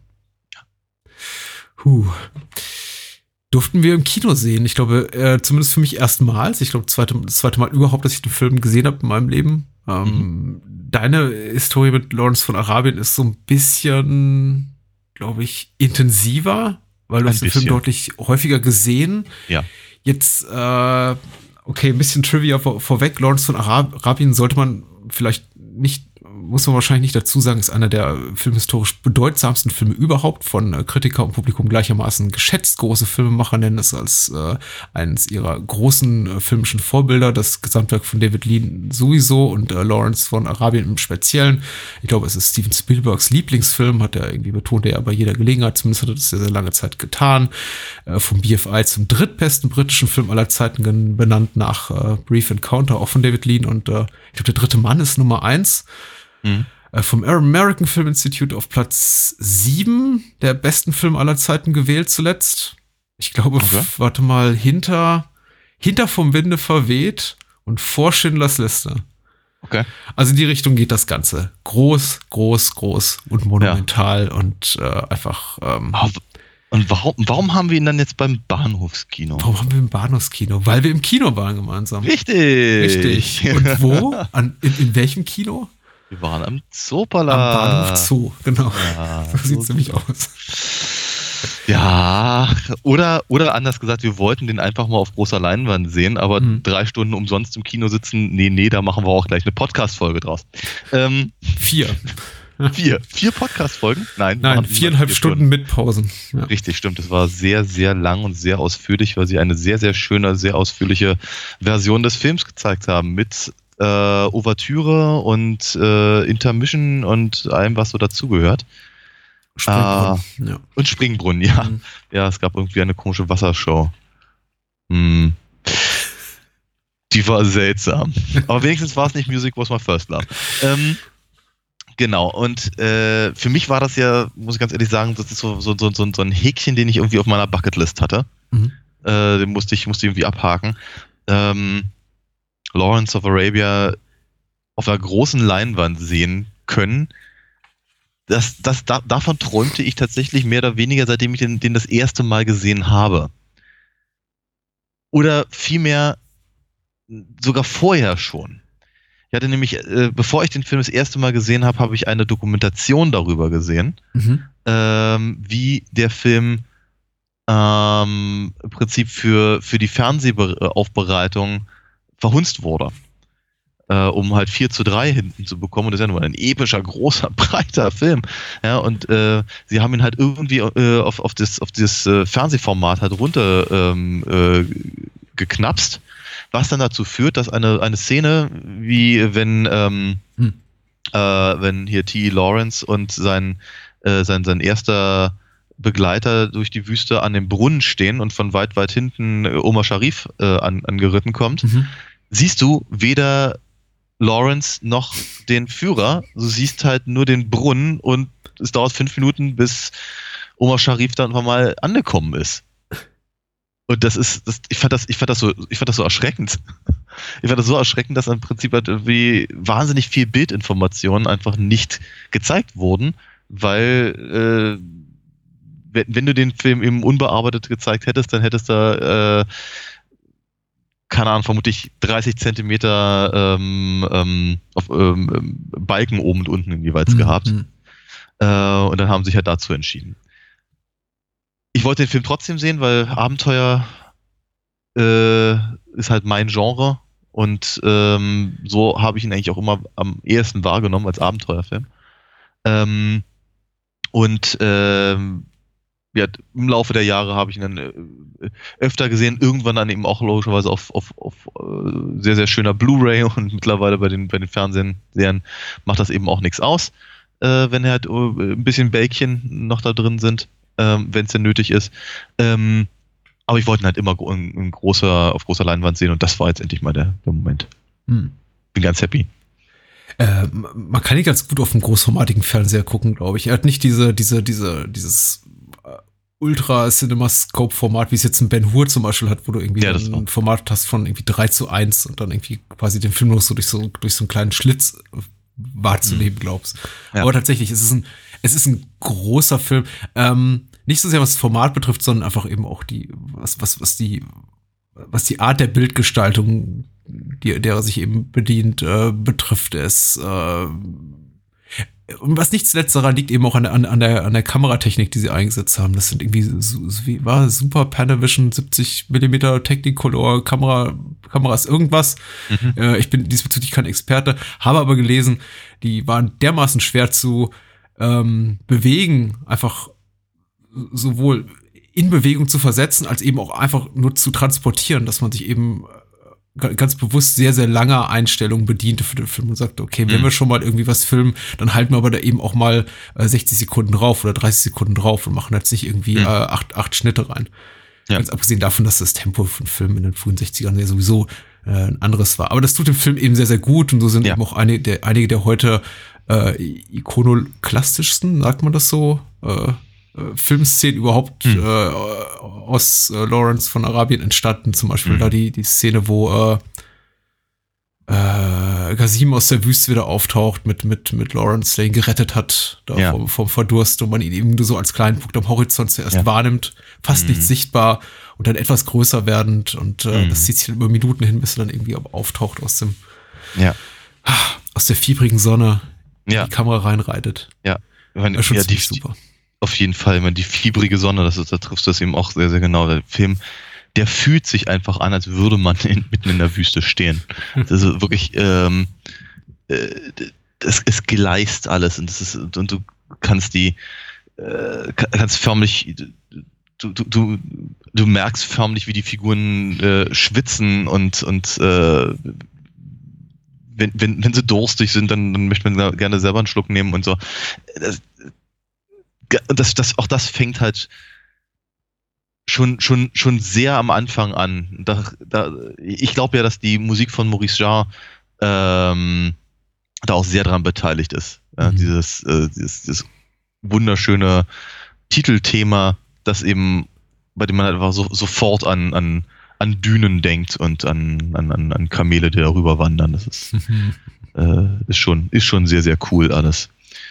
Durften wir im Kino sehen. Ich glaube, zumindest für mich erstmals. Ich glaube, das zweite Mal überhaupt, dass ich den Film gesehen habe in meinem Leben. Deine Historie mit Lawrence von Arabien ist so ein bisschen, glaube ich, intensiver, weil du hast den Film deutlich häufiger gesehen. Ja. Jetzt, okay, ein bisschen Trivia vorweg. Lawrence von Arabien sollte man vielleicht nicht, muss man wahrscheinlich nicht dazu sagen, ist einer der filmhistorisch bedeutsamsten Filme überhaupt, von Kritiker und Publikum gleichermaßen geschätzt. Große Filmemacher nennen es als eines ihrer großen filmischen Vorbilder. Das Gesamtwerk von David Lean sowieso und Lawrence von Arabien im Speziellen. Ich glaube, es ist Steven Spielbergs Lieblingsfilm, hat er irgendwie betont, er bei jeder Gelegenheit, zumindest hat er das sehr, sehr lange Zeit getan. Vom BFI zum drittbesten britischen Film aller Zeiten benannt nach Brief Encounter, auch von David Lean. Und ich glaube, Der dritte Mann ist Nummer 1. Vom American Film Institute auf Platz 7 der besten Film aller Zeiten gewählt zuletzt. Ich glaube, warte mal, hinter Vom Winde verweht und vor Schindlers Liste. Okay. Also in die Richtung geht das Ganze. Groß und monumental und einfach. Und warum haben wir ihn dann jetzt beim Bahnhofskino? Warum haben wir im Bahnhofskino? Weil wir im Kino waren gemeinsam. Richtig. Und wo? In welchem Kino? Wir waren am Zoopalast. Am Bahnhof Zoo, genau. Ja, so sieht es nämlich aus. Ja, oder anders gesagt, wir wollten den einfach mal auf großer Leinwand sehen, aber 3 Stunden umsonst im Kino sitzen, nee, da machen wir auch gleich eine Podcast-Folge draus. 4 Podcast-Folgen? Nein, 4,5 Stunden mit Pausen. Ja. Richtig, stimmt. Es war sehr, sehr lang und sehr ausführlich, weil sie eine sehr, sehr schöne, sehr ausführliche Version des Films gezeigt haben mit Ouvertüre und Intermission und allem, was so dazugehört. Springbrunnen, Und Springbrunnen, ja. Ja, es gab irgendwie eine komische Wassershow. Die war seltsam. Aber wenigstens war es nicht Music Was My First Love. Genau, und für mich war das ja, muss ich ganz ehrlich sagen, das ist so ein Häkchen, den ich irgendwie auf meiner Bucketlist hatte. Den musste ich irgendwie abhaken. Lawrence of Arabia auf einer großen Leinwand sehen können. Davon träumte ich tatsächlich mehr oder weniger, seitdem ich den das erste Mal gesehen habe. Oder vielmehr sogar vorher schon. Ich hatte nämlich, bevor ich den Film das erste Mal gesehen habe, habe ich eine Dokumentation darüber gesehen, wie der Film im Prinzip für die Fernsehaufbereitung verhunzt wurde, um halt 4:3 hinten zu bekommen. Und das ist ja nur ein epischer, großer, breiter Film. Ja, und sie haben ihn halt irgendwie auf dieses Fernsehformat halt runter geknapst, was dann dazu führt, dass eine Szene, wie wenn hier T.E. Lawrence und sein erster Begleiter durch die Wüste an dem Brunnen stehen und von weit hinten Omar Sharif angeritten kommt, siehst du weder Lawrence noch den Führer. Du siehst halt nur den Brunnen und es dauert 5 Minuten, bis Omar Sharif dann einfach mal angekommen ist. Und ich fand das so erschreckend. Ich fand das so erschreckend, dass im Prinzip halt irgendwie wahnsinnig viel Bildinformationen einfach nicht gezeigt wurden, weil wenn du den Film eben unbearbeitet gezeigt hättest, dann hättest du keine Ahnung, vermutlich 30 Zentimeter Balken oben und unten jeweils gehabt. Und dann haben sie sich halt dazu entschieden. Ich wollte den Film trotzdem sehen, weil Abenteuer ist halt mein Genre und so habe ich ihn eigentlich auch immer am ehesten wahrgenommen als Abenteuerfilm. Ja, im Laufe der Jahre habe ich ihn dann öfter gesehen, irgendwann dann eben auch logischerweise auf sehr, sehr schöner Blu-ray und mittlerweile bei den Fernsehserien macht das eben auch nichts aus, wenn halt ein bisschen Bällchen noch da drin sind, wenn es denn nötig ist. Aber ich wollte ihn halt immer auf großer Leinwand sehen und das war jetzt endlich mal der Moment. Bin ganz happy. Man kann ihn ganz gut auf einem großformatigen Fernseher gucken, glaube ich. Er hat nicht dieses Ultra-Cinemascope-Format, wie es jetzt ein Ben-Hur zum Beispiel hat, wo du irgendwie ein Format hast von irgendwie 3:1 und dann irgendwie quasi den Film noch so durch so einen kleinen Schlitz wahrzunehmen glaubst. Ja. Aber tatsächlich, es ist ein großer Film. Nicht so sehr, was das Format betrifft, sondern einfach eben auch was die Art der Bildgestaltung, derer sich eben bedient, betrifft es. Und was nicht zuletzt daran liegt, eben auch an der Kameratechnik, die sie eingesetzt haben. Das sind irgendwie Super Panavision 70mm Technicolor Kameras irgendwas. Ich bin diesbezüglich kein Experte, habe aber gelesen, die waren dermaßen schwer zu bewegen, einfach sowohl in Bewegung zu versetzen, als eben auch einfach nur zu transportieren, dass man sich eben ganz bewusst sehr, sehr langer Einstellungen bediente für den Film und sagte, okay, wenn wir schon mal irgendwie was filmen, dann halten wir aber da eben auch mal 60 Sekunden drauf oder 30 Sekunden drauf und machen jetzt nicht irgendwie 8 Schnitte rein. Ja. Ganz abgesehen davon, dass das Tempo von Filmen in den frühen 60ern ja sowieso ein anderes war. Aber das tut dem Film eben sehr, sehr gut und so sind eben auch einige der heute ikonoklastischsten, sagt man das so, Filmszenen überhaupt aus Lawrence von Arabien entstanden. Zum Beispiel da die Szene, wo Qasim aus der Wüste wieder auftaucht mit Lawrence, der ihn gerettet hat vom Verdurst und man ihn eben nur so als kleinen Punkt am Horizont zuerst wahrnimmt, fast nicht sichtbar und dann etwas größer werdend und das zieht sich dann über Minuten hin, bis er dann irgendwie auftaucht aus der fiebrigen Sonne, die Kamera reinreitet. Ja, das ist schon super. Auf jeden Fall, die fiebrige Sonne, da triffst du das eben auch sehr, sehr genau. Der Film, der fühlt sich einfach an, als würde man mitten in der Wüste stehen. Das ist wirklich, es gleist alles und du kannst kannst förmlich, du merkst förmlich, wie die Figuren schwitzen und wenn sie durstig sind, dann möchte man gerne selber einen Schluck nehmen und so. Auch das fängt halt schon sehr am Anfang an. Ich glaube ja, dass die Musik von Maurice Jarre da auch sehr dran beteiligt ist. Ja, dieses wunderschöne Titelthema, das eben, bei dem man halt einfach sofort an Dünen denkt und an Kamele, die darüber wandern. Das ist schon sehr, sehr cool alles.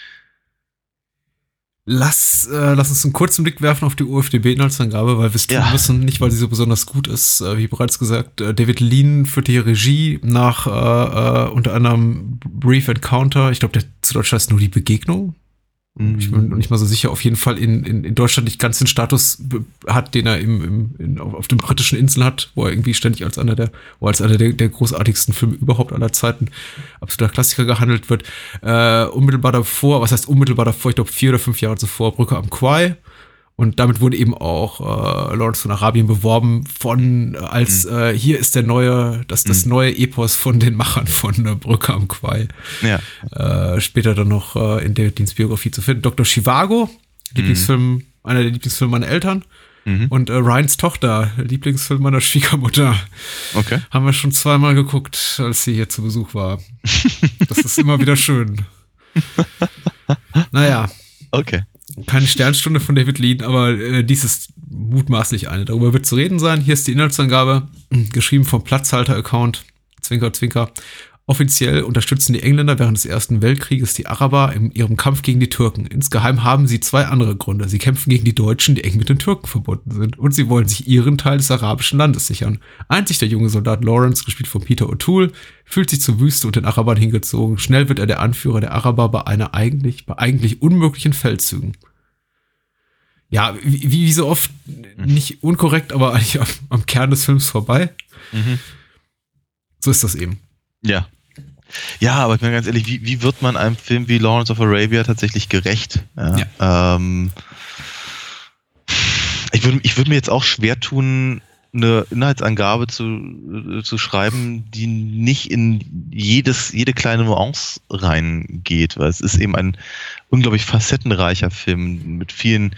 Lass uns einen kurzen Blick werfen auf die UFDB-Inhaltsangabe, weil wir es tun müssen, nicht weil sie so besonders gut ist. Wie bereits gesagt, David Lean führte hier Regie nach unter anderem Brief Encounter. Ich glaube, der zu Deutsch heißt nur die Begegnung. Ich bin noch nicht mal so sicher, auf jeden Fall in Deutschland nicht ganz den Status hat, den er auf den britischen Inseln hat, wo er irgendwie ständig als einer der großartigsten Filme überhaupt aller Zeiten, absoluter Klassiker gehandelt wird. Unmittelbar davor, was heißt unmittelbar davor, ich glaube 4 oder 5 Jahre zuvor, Brücke am Kwai. Und damit wurde eben auch Lawrence von Arabien beworben als hier ist das neue Epos von den Machern von Brücke am Kwai. Ja. Später dann noch in David Leans Biografie zu finden. Dr. Zhivago, einer der Lieblingsfilme meiner Eltern. Und Ryans Tochter, Lieblingsfilm meiner Schwiegermutter. Okay. Haben wir schon 2-mal geguckt, als sie hier zu Besuch war. Das ist immer wieder schön. Naja. Okay. Keine Sternstunde von David Lean, aber dies ist mutmaßlich eine. Darüber wird zu reden sein. Hier ist die Inhaltsangabe, geschrieben vom Platzhalter-Account, Zwinker, Zwinker. Offiziell unterstützen die Engländer während des Ersten Weltkrieges die Araber in ihrem Kampf gegen die Türken. Insgeheim haben sie 2 andere Gründe. Sie kämpfen gegen die Deutschen, die eng mit den Türken verbunden sind. Und sie wollen sich ihren Teil des arabischen Landes sichern. Einzig der junge Soldat Lawrence, gespielt von Peter O'Toole, fühlt sich zur Wüste und den Arabern hingezogen. Schnell wird er der Anführer der Araber bei eigentlich unmöglichen Feldzügen. Ja, wie so oft, nicht unkorrekt, aber eigentlich am Kern des Films vorbei. Mhm. So ist das eben. Ja. Ja, aber ich meine ganz ehrlich, wie wird man einem Film wie Lawrence of Arabia tatsächlich gerecht? Ja. Ich würd mir jetzt auch schwer tun, eine Inhaltsangabe zu schreiben, die nicht in jede kleine Nuance reingeht, weil es ist eben ein unglaublich facettenreicher Film mit vielen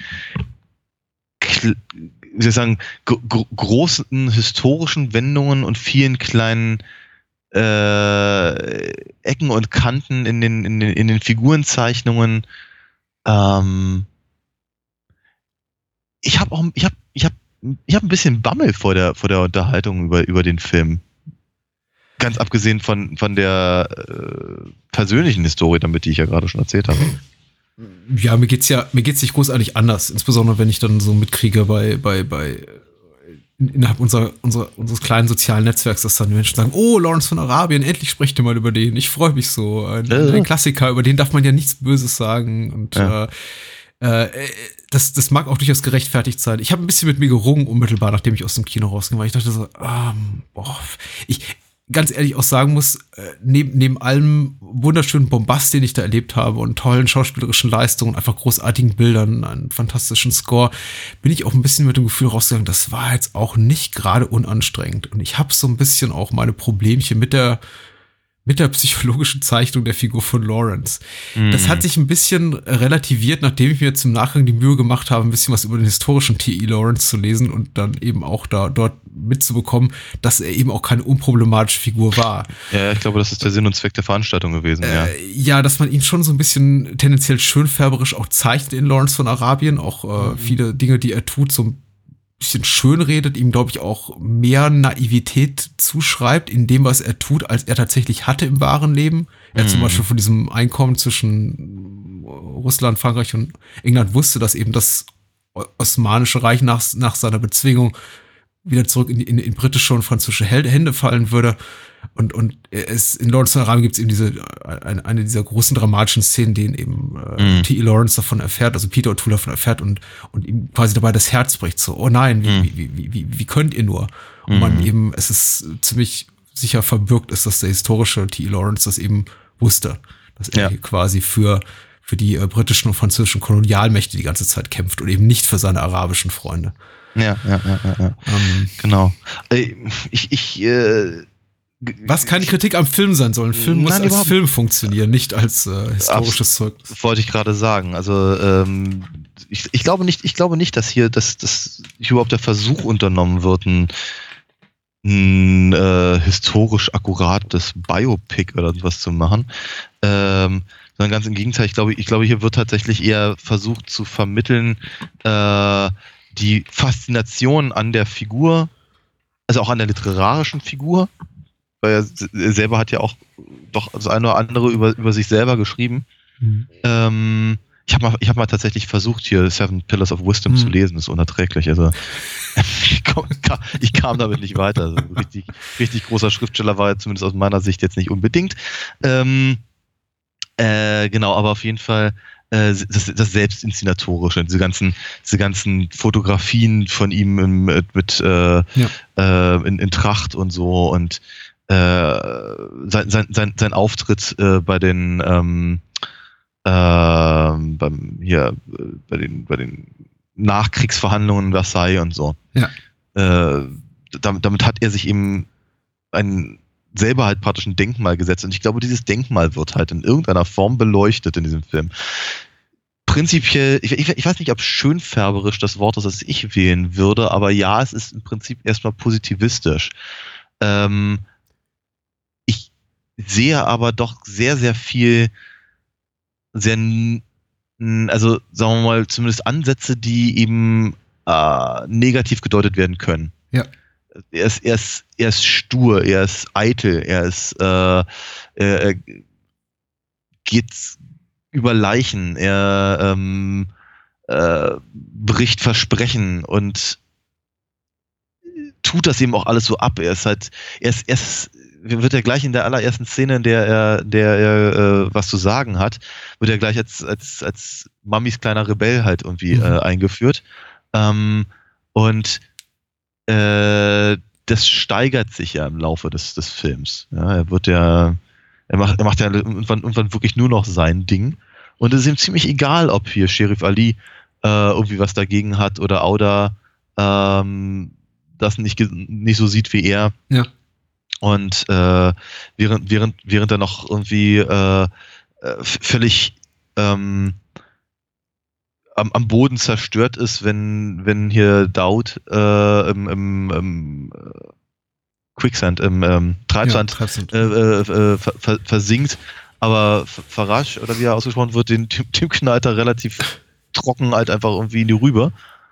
wie soll ich sagen, großen historischen Wendungen und vielen kleinen Ecken und Kanten in den Figurenzeichnungen. Ich habe ein bisschen Bammel vor der Unterhaltung über den Film. Ganz abgesehen von der persönlichen Historie, damit die ich ja gerade schon erzählt habe. Ja, mir geht's nicht großartig anders. Insbesondere wenn ich dann so mitkriege innerhalb unseres kleinen sozialen Netzwerks, dass dann die Menschen sagen, oh, Lawrence von Arabien, endlich sprecht ihr mal über den. Ich freue mich so. Ein Klassiker, über den darf man ja nichts Böses sagen. Und das mag auch durchaus gerechtfertigt sein. Ich habe ein bisschen mit mir gerungen, unmittelbar, nachdem ich aus dem Kino rausging, weil ich dachte so, ich ganz ehrlich auch sagen muss, neben allem wunderschönen Bombast, den ich da erlebt habe und tollen schauspielerischen Leistungen, einfach großartigen Bildern, einen fantastischen Score, bin ich auch ein bisschen mit dem Gefühl rausgegangen, das war jetzt auch nicht gerade unanstrengend. Und ich habe so ein bisschen auch meine Problemchen mit der psychologischen Zeichnung der Figur von Lawrence. Das hat sich ein bisschen relativiert, nachdem ich mir zum Nachgang die Mühe gemacht habe, ein bisschen was über den historischen T.E. Lawrence zu lesen und dann eben auch dort mitzubekommen, dass er eben auch keine unproblematische Figur war. Ja, ich glaube, das ist der Sinn und Zweck der Veranstaltung gewesen, ja. Ja, dass man ihn schon so ein bisschen tendenziell schönfärberisch auch zeichnet in Lawrence von Arabien, auch viele Dinge, die er tut, so ein bisschen schön redet, ihm, glaube ich, auch mehr Naivität zuschreibt in dem, was er tut, als er tatsächlich hatte im wahren Leben. Er zum Beispiel von diesem Einkommen zwischen Russland, Frankreich und England wusste, dass eben das Osmanische Reich nach seiner Bezwingung wieder zurück in britische und französische Hände fallen würde. Und in Lawrence von Arabien gibt es eben eine dieser großen dramatischen Szenen, denen eben T.E. Lawrence davon erfährt, also Peter O'Toole davon erfährt und ihm quasi dabei das Herz bricht. So, oh nein, wie könnt ihr nur? Und man eben, es ist ziemlich sicher verbürgt ist, dass der historische T.E. Lawrence das eben wusste, dass er hier quasi für die britischen und französischen Kolonialmächte die ganze Zeit kämpft und eben nicht für seine arabischen Freunde. Ja. Genau. Was keine Kritik am Film sein soll. Ein Film muss als Film funktionieren, nicht als historisches Zeug. Wollte ich gerade sagen. Also ich glaube nicht, dass hier überhaupt der Versuch unternommen wird, ein historisch akkurates Biopic oder sowas zu machen. Sondern ganz im Gegenteil, ich glaube, hier wird tatsächlich eher versucht zu vermitteln, die Faszination an der Figur, also auch an der literarischen Figur, weil er selber hat ja auch doch das eine oder andere über sich selber geschrieben. Ich hab mal tatsächlich versucht, hier Seven Pillars of Wisdom zu lesen, das ist unerträglich. Also ich kam damit nicht weiter. Also, richtig großer Schriftsteller war er zumindest aus meiner Sicht jetzt nicht unbedingt. Genau, aber auf jeden Fall das Selbstinszenatorische, diese ganzen Fotografien von ihm in Tracht und so und sein Auftritt bei den bei den Nachkriegsverhandlungen in Versailles und so. Ja. Damit hat er sich eben selber halt praktisch ein Denkmal gesetzt. Und ich glaube, dieses Denkmal wird halt in irgendeiner Form beleuchtet in diesem Film. Prinzipiell, ich weiß nicht, ob schönfärberisch das Wort ist, das ich wählen würde, aber ja, es ist im Prinzip erstmal positivistisch. Ich sehe aber doch sehr, sehr viel, also sagen wir mal, zumindest Ansätze, die eben negativ gedeutet werden können. Ja. ist stur, er ist eitel, er geht über Leichen, er bricht Versprechen und tut das eben auch alles so ab. Wird er gleich in der allerersten Szene, in der er was zu sagen hat, wird er gleich als Mamis kleiner Rebell halt irgendwie eingeführt. Und das steigert sich ja im Laufe des Films. Ja, er macht ja irgendwann wirklich nur noch sein Ding. Und es ist ihm ziemlich egal, ob hier Sheriff Ali irgendwie was dagegen hat oder Auda das nicht so sieht wie er. Ja. Und während er noch irgendwie völlig am Boden zerstört ist, wenn hier Daud im Quicksand, im Treibsand, versinkt, aber Farage, oder wie er ausgesprochen wird, dem knallt er relativ trocken halt einfach irgendwie in die Rübe.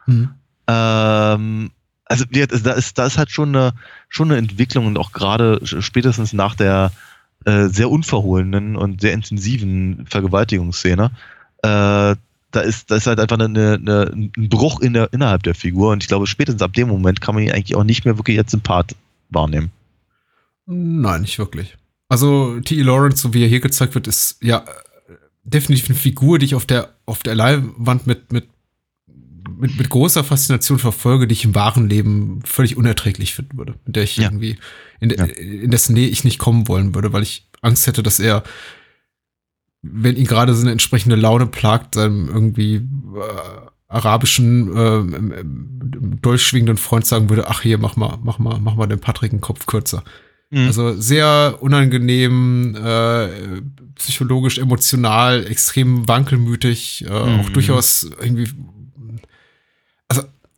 Also da ist halt schon eine Entwicklung und auch gerade spätestens nach der sehr unverhohlenen und sehr intensiven Vergewaltigungsszene, da ist halt einfach ein Bruch innerhalb der Figur und ich glaube spätestens ab dem Moment kann man ihn eigentlich auch nicht mehr wirklich als Sympath wahrnehmen. Nein, nicht wirklich. Also T.E. Lawrence, so wie er hier gezeigt wird, ist ja definitiv eine Figur, die ich auf der Leinwand mit großer Faszination verfolge, die ich im wahren Leben völlig unerträglich finden würde, mit der ich irgendwie in dessen Nähe ich nicht kommen wollen würde, weil ich Angst hätte, dass er, wenn ihn gerade so eine entsprechende Laune plagt, seinem irgendwie arabischen durchschwingenden Freund sagen würde, ach hier, mach mal den Patrick einen Kopf kürzer. Also sehr unangenehm, psychologisch, emotional, extrem wankelmütig, auch durchaus irgendwie, also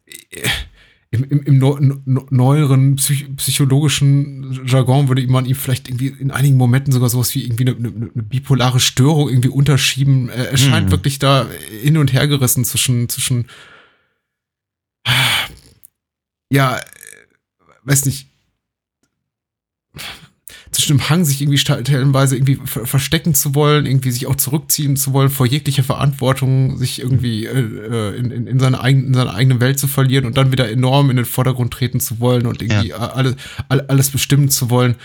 im neueren psychologischen Jargon würde man ihm vielleicht irgendwie in einigen Momenten sogar sowas wie irgendwie eine bipolare Störung irgendwie unterschieben. Er scheint wirklich da hin und her gerissen zwischen ja, weiß nicht, zwischen dem Hang, sich irgendwie stellenweise irgendwie verstecken zu wollen, irgendwie sich auch zurückziehen zu wollen, vor jeglicher Verantwortung, sich irgendwie in seine eigene Welt zu verlieren und dann wieder enorm in den Vordergrund treten zu wollen und irgendwie alles bestimmen zu wollen.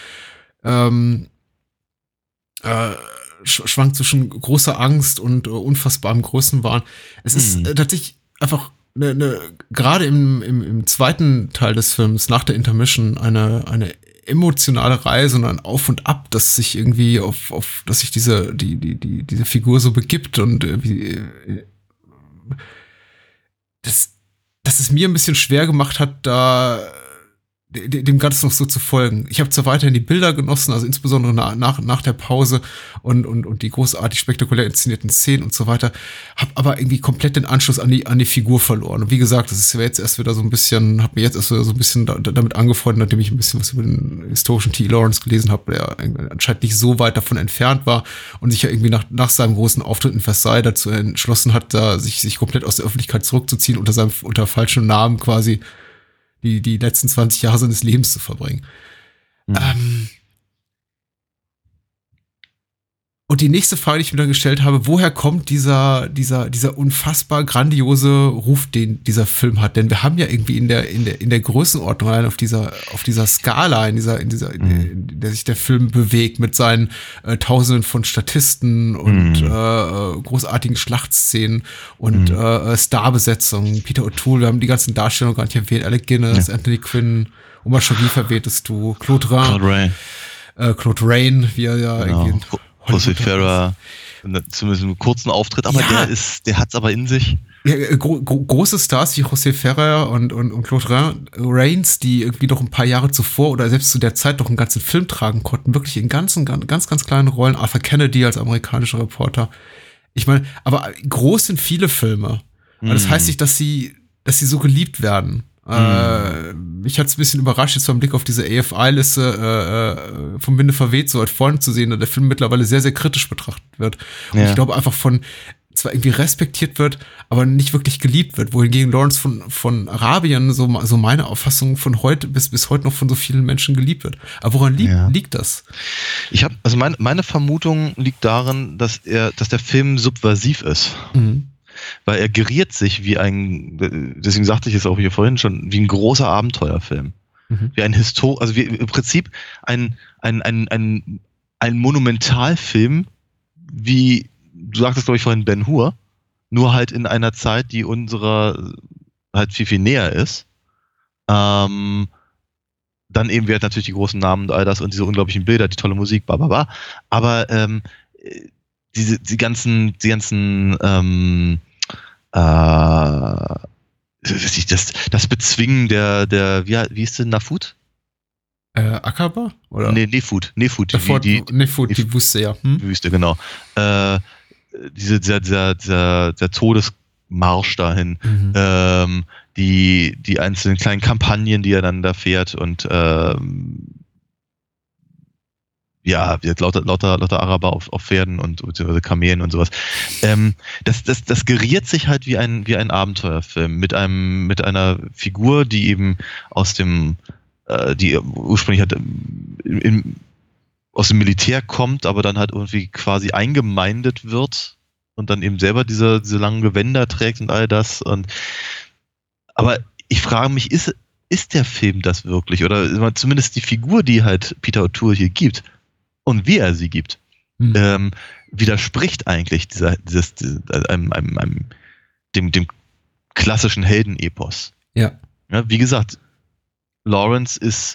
Schwankt zwischen großer Angst und unfassbarem Größenwahn. Es ist tatsächlich einfach gerade im zweiten Teil des Films, nach der Intermission, eine emotionale Reise und ein Auf und Ab, das sich irgendwie dass sich diese Figur so begibt und dass es mir ein bisschen schwer gemacht hat, da dem Ganzen noch so zu folgen. Ich habe zwar weiterhin die Bilder genossen, also insbesondere nach der Pause und die großartig spektakulär inszenierten Szenen und so weiter, habe aber irgendwie komplett den Anschluss an die Figur verloren. Und wie gesagt, das ist jetzt erst wieder so ein bisschen, habe mir jetzt erst wieder so ein bisschen damit angefreundet, nachdem ich ein bisschen was über den historischen T. Lawrence gelesen habe, der anscheinend nicht so weit davon entfernt war und sich ja irgendwie nach seinem großen Auftritt in Versailles dazu entschlossen hat, da sich komplett aus der Öffentlichkeit zurückzuziehen, unter falschem Namen quasi die letzten 20 Jahre seines Lebens zu verbringen. Und die nächste Frage, die ich mir dann gestellt habe, woher kommt dieser unfassbar grandiose Ruf, den dieser Film hat? Denn wir haben ja irgendwie in der Größenordnung allein auf dieser Skala, in der sich der Film bewegt, mit seinen Tausenden von Statisten und großartigen Schlachtszenen und Starbesetzungen. Peter O'Toole, wir haben die ganzen Darstellungen gar nicht erwähnt, Alec Guinness, Anthony Quinn, Omar Sharif erwähntest du, Claude Rain, wie er ja irgendwie José Ferrer, zumindest einen kurzen Auftritt, aber der hat's aber in sich. Ja, große Stars wie José Ferrer und Claude Rains, die irgendwie noch ein paar Jahre zuvor oder selbst zu der Zeit noch einen ganzen Film tragen konnten, wirklich in ganz kleinen Rollen. Arthur Kennedy als amerikanischer Reporter. Ich meine, aber groß sind viele Filme. Das heißt nicht, dass sie so geliebt werden. Mich hat es ein bisschen überrascht, jetzt beim Blick auf diese AFI-Liste vom Winde verweht so weit vorne zu sehen, dass der Film mittlerweile sehr, sehr kritisch betrachtet wird. Und ich glaube einfach von zwar irgendwie respektiert wird, aber nicht wirklich geliebt wird, wohingegen Lawrence von Arabien, so meine Auffassung, von heute bis heute noch von so vielen Menschen geliebt wird. Aber woran liegt das? Also meine Vermutung liegt darin, dass der Film subversiv ist. Weil er geriert sich deswegen sagte ich es auch hier vorhin schon, wie ein großer Abenteuerfilm. Wie ein wie im Prinzip ein Monumentalfilm, wie du sagtest, glaube ich, vorhin Ben-Hur, nur halt in einer Zeit, die unserer halt viel, viel näher ist. Dann eben wird natürlich die großen Namen und all das und diese unglaublichen Bilder, die tolle Musik, bla bla bla. Aber die ganzen das Bezwingen der wie ist denn Nafut? Akaba? Oder? Nee, Nefut. Nefut, die Wüste, ja. Wüste, genau. Der Todesmarsch dahin, die einzelnen kleinen Kampagnen, die er dann da fährt und lauter Araber auf Pferden und beziehungsweise Kamelen und sowas. Das geriert sich halt wie ein Abenteuerfilm mit einer Figur, die eben die ursprünglich halt aus dem Militär kommt, aber dann halt irgendwie quasi eingemeindet wird und dann eben selber diese langen Gewänder trägt und all das. Aber ich frage mich, ist der Film das wirklich? Oder zumindest die Figur, die halt Peter O'Toole hier gibt und wie er sie gibt, widerspricht eigentlich dem klassischen Heldenepos. Ja. Wie gesagt, Lawrence ist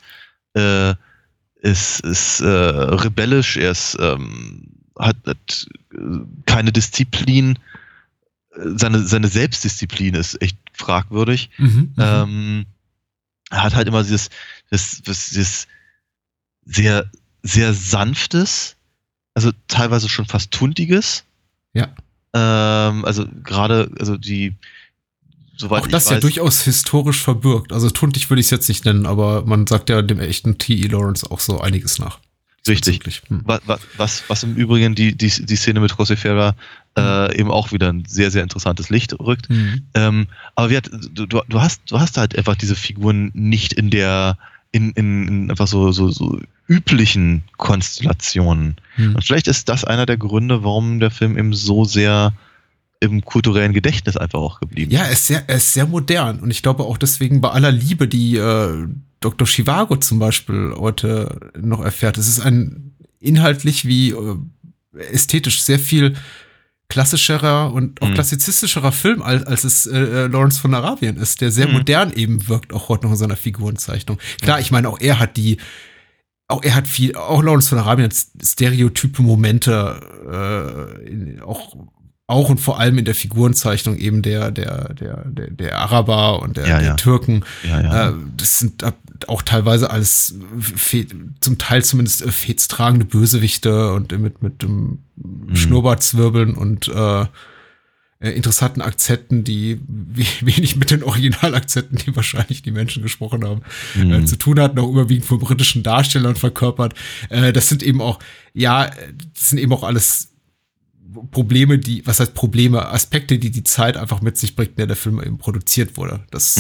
rebellisch, er hat keine Disziplin, seine Selbstdisziplin ist echt fragwürdig. Er hat halt immer dieses sehr, sehr sanftes, also teilweise schon fast tuntiges. Ja. Soweit auch das ich weiß, ja durchaus historisch verbürgt. Also tuntig würde ich es jetzt nicht nennen, aber man sagt ja dem echten T.E. Lawrence auch so einiges nach. Richtig. Was im Übrigen die Szene mit José Ferrer eben auch wieder ein sehr, sehr interessantes Licht rückt. Aber du hast halt einfach diese Figuren nicht in einfach so üblichen Konstellationen. Und vielleicht ist das einer der Gründe, warum der Film eben so sehr im kulturellen Gedächtnis einfach auch geblieben. Ja, er ist sehr modern und ich glaube auch deswegen bei aller Liebe, die Dr. Zhivago zum Beispiel heute noch erfährt. Es ist ein inhaltlich wie ästhetisch sehr viel klassischerer und auch klassizistischerer Film, als es Lawrence von Arabien ist, der sehr modern eben wirkt, auch heute noch in seiner Figurenzeichnung. Klar, ich meine, auch Lawrence von Arabien hat stereotype Momente, auch und vor allem in der Figurenzeichnung eben der Araber und der Türken. Das sind auch teilweise alles zum Teil zumindest fetstragende Bösewichte und mit Schnurrbartzwirbeln und interessanten Akzenten, die wenig mit den Originalakzenten, die wahrscheinlich die Menschen gesprochen haben, zu tun hatten, auch überwiegend von britischen Darstellern verkörpert. Das sind eben auch alles Probleme, Aspekte, die Zeit einfach mit sich bringt, in der Film eben produziert wurde. Das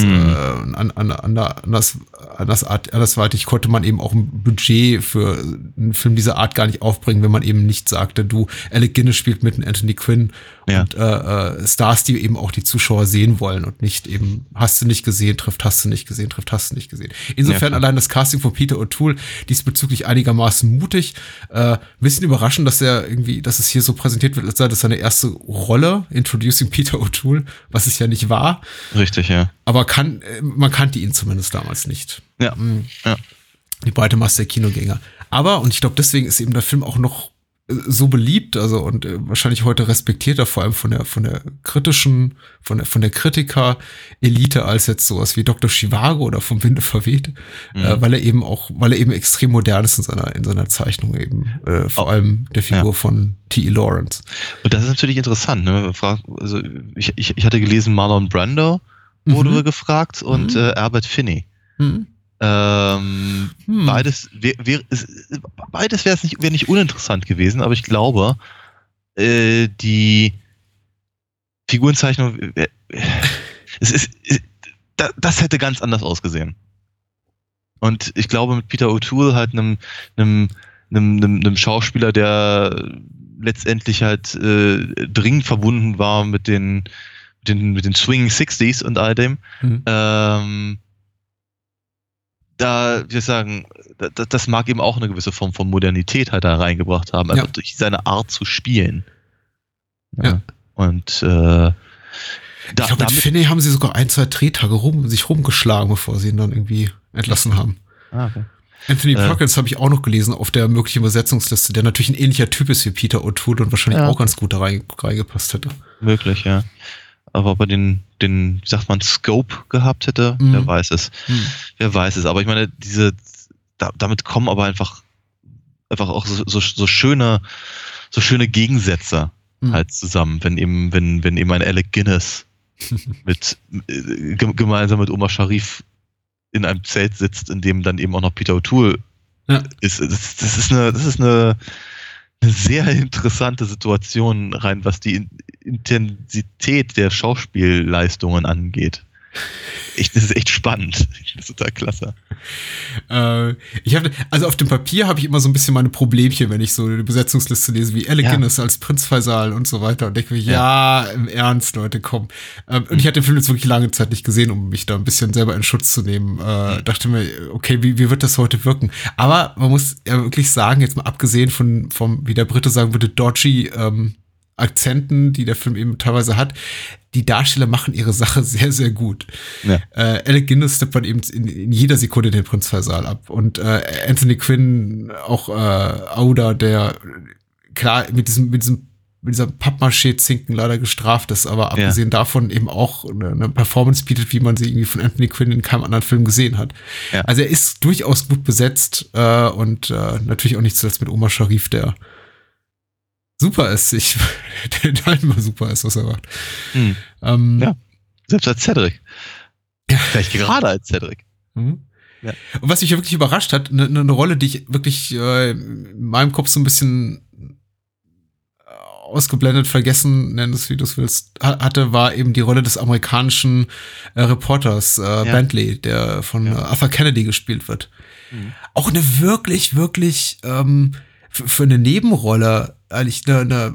andersweitig konnte man eben auch ein Budget für einen Film dieser Art gar nicht aufbringen, wenn man eben nicht sagte, Alec Guinness spielt mit Anthony Quinn und Stars, die eben auch die Zuschauer sehen wollen und nicht eben hast du nicht gesehen, hast du nicht gesehen. Insofern allein das Casting von Peter O'Toole diesbezüglich einigermaßen mutig. Bisschen überraschend, dass es hier so präsentiert wird, als sei das seine erste Rolle, Introducing Peter O'Toole, was es ja nicht war. Richtig, ja. Aber man kannte ihn zumindest damals nicht. Ja. Die breite Masse der Kinogänger. Aber, und ich glaube, deswegen ist eben der Film auch noch so beliebt, also und wahrscheinlich heute respektierter, vor allem von der kritischen, von der Kritiker-Elite als jetzt sowas wie Dr. Zhivago oder vom Winde verweht, weil er eben extrem modern ist in seiner Zeichnung eben, vor allem der Figur von T.E. Lawrence. Und das ist natürlich interessant, ne? Also ich hatte gelesen, Marlon Brando wurde gefragt und Albert Finney. Beides wäre nicht uninteressant gewesen, aber ich glaube, die Figurenzeichnung, das hätte ganz anders ausgesehen. Und ich glaube, mit Peter O'Toole halt einem Schauspieler, der letztendlich halt dringend verbunden war mit den Swinging 60s und all dem, da, wie soll ich sagen, das mag eben auch eine gewisse Form von Modernität halt da reingebracht haben, einfach durch seine Art zu spielen. Ja. Und ich glaube, mit Finney haben sie sogar 1-2 Drehtage sich rumgeschlagen, bevor sie ihn dann irgendwie entlassen haben. Okay. Anthony Perkins habe ich auch noch gelesen auf der möglichen Übersetzungsliste, der natürlich ein ähnlicher Typ ist wie Peter O'Toole und wahrscheinlich auch ganz gut da reingepasst hätte. Möglich, ja. Aber ob er den, wie sagt man, Scope gehabt hätte, wer weiß es. Wer weiß es. Aber ich meine, damit kommen aber einfach auch so schöne Gegensätze halt zusammen, wenn eben ein Alec Guinness gemeinsam mit Omar Sharif in einem Zelt sitzt, in dem dann eben auch noch Peter O'Toole ist. Das ist eine sehr interessante Situation rein, was die Intensität der Schauspielleistungen angeht. Das ist echt spannend. Das ist total klasse. Also auf dem Papier habe ich immer so ein bisschen meine Problemchen, wenn ich so eine Besetzungsliste lese, wie Alec Guinness als Prinz Faisal und so weiter und denke mir, im Ernst, Leute, komm. Und ich hatte den Film jetzt wirklich lange Zeit nicht gesehen, um mich da ein bisschen selber in Schutz zu nehmen. Dachte mir, okay, wie wird das heute wirken? Aber man muss ja wirklich sagen, jetzt mal abgesehen vom wie der Brite sagen würde, dodgy Akzenten, die der Film eben teilweise hat, die Darsteller machen ihre Sache sehr, sehr gut. Ja. Alec Guinness steppt man eben in jeder Sekunde den Prinz Faisal ab. Und Anthony Quinn, auch Auda, der klar mit dieser Pappmaché-Zinken leider gestraft ist, aber abgesehen davon eben auch eine Performance bietet, wie man sie irgendwie von Anthony Quinn in keinem anderen Film gesehen hat. Ja. Also er ist durchaus gut besetzt und natürlich auch nicht zuletzt mit Omar Sharif, der super ist. Der halt immer super ist, was er macht. Selbst als Cedric. Ja. Vielleicht gerade als Cedric. Ja. Und was mich wirklich überrascht hat, eine Rolle, die ich wirklich in meinem Kopf so ein bisschen ausgeblendet, vergessen, nenn es wie du es willst, hatte, war eben die Rolle des amerikanischen Reporters Bentley, der von Arthur Kennedy gespielt wird. Auch eine wirklich, wirklich für eine Nebenrolle eigentlich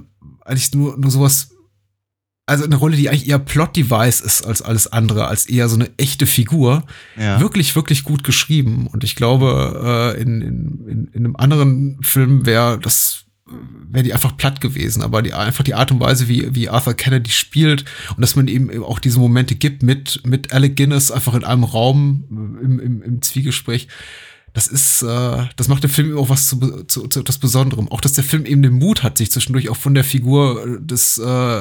nur sowas, also eine Rolle, die eigentlich eher Plot-Device ist als alles andere, als eher so eine echte Figur. Ja. Wirklich, wirklich gut geschrieben. Und ich glaube, in einem anderen Film wäre die einfach platt gewesen. Aber einfach die Art und Weise, wie Arthur Kennedy spielt und dass man eben auch diese Momente gibt mit Alec Guinness einfach in einem Raum im Zwiegespräch. Das macht der Film auch was zu etwas Besonderem. Auch, dass der Film eben den Mut hat, sich zwischendurch auch von der Figur des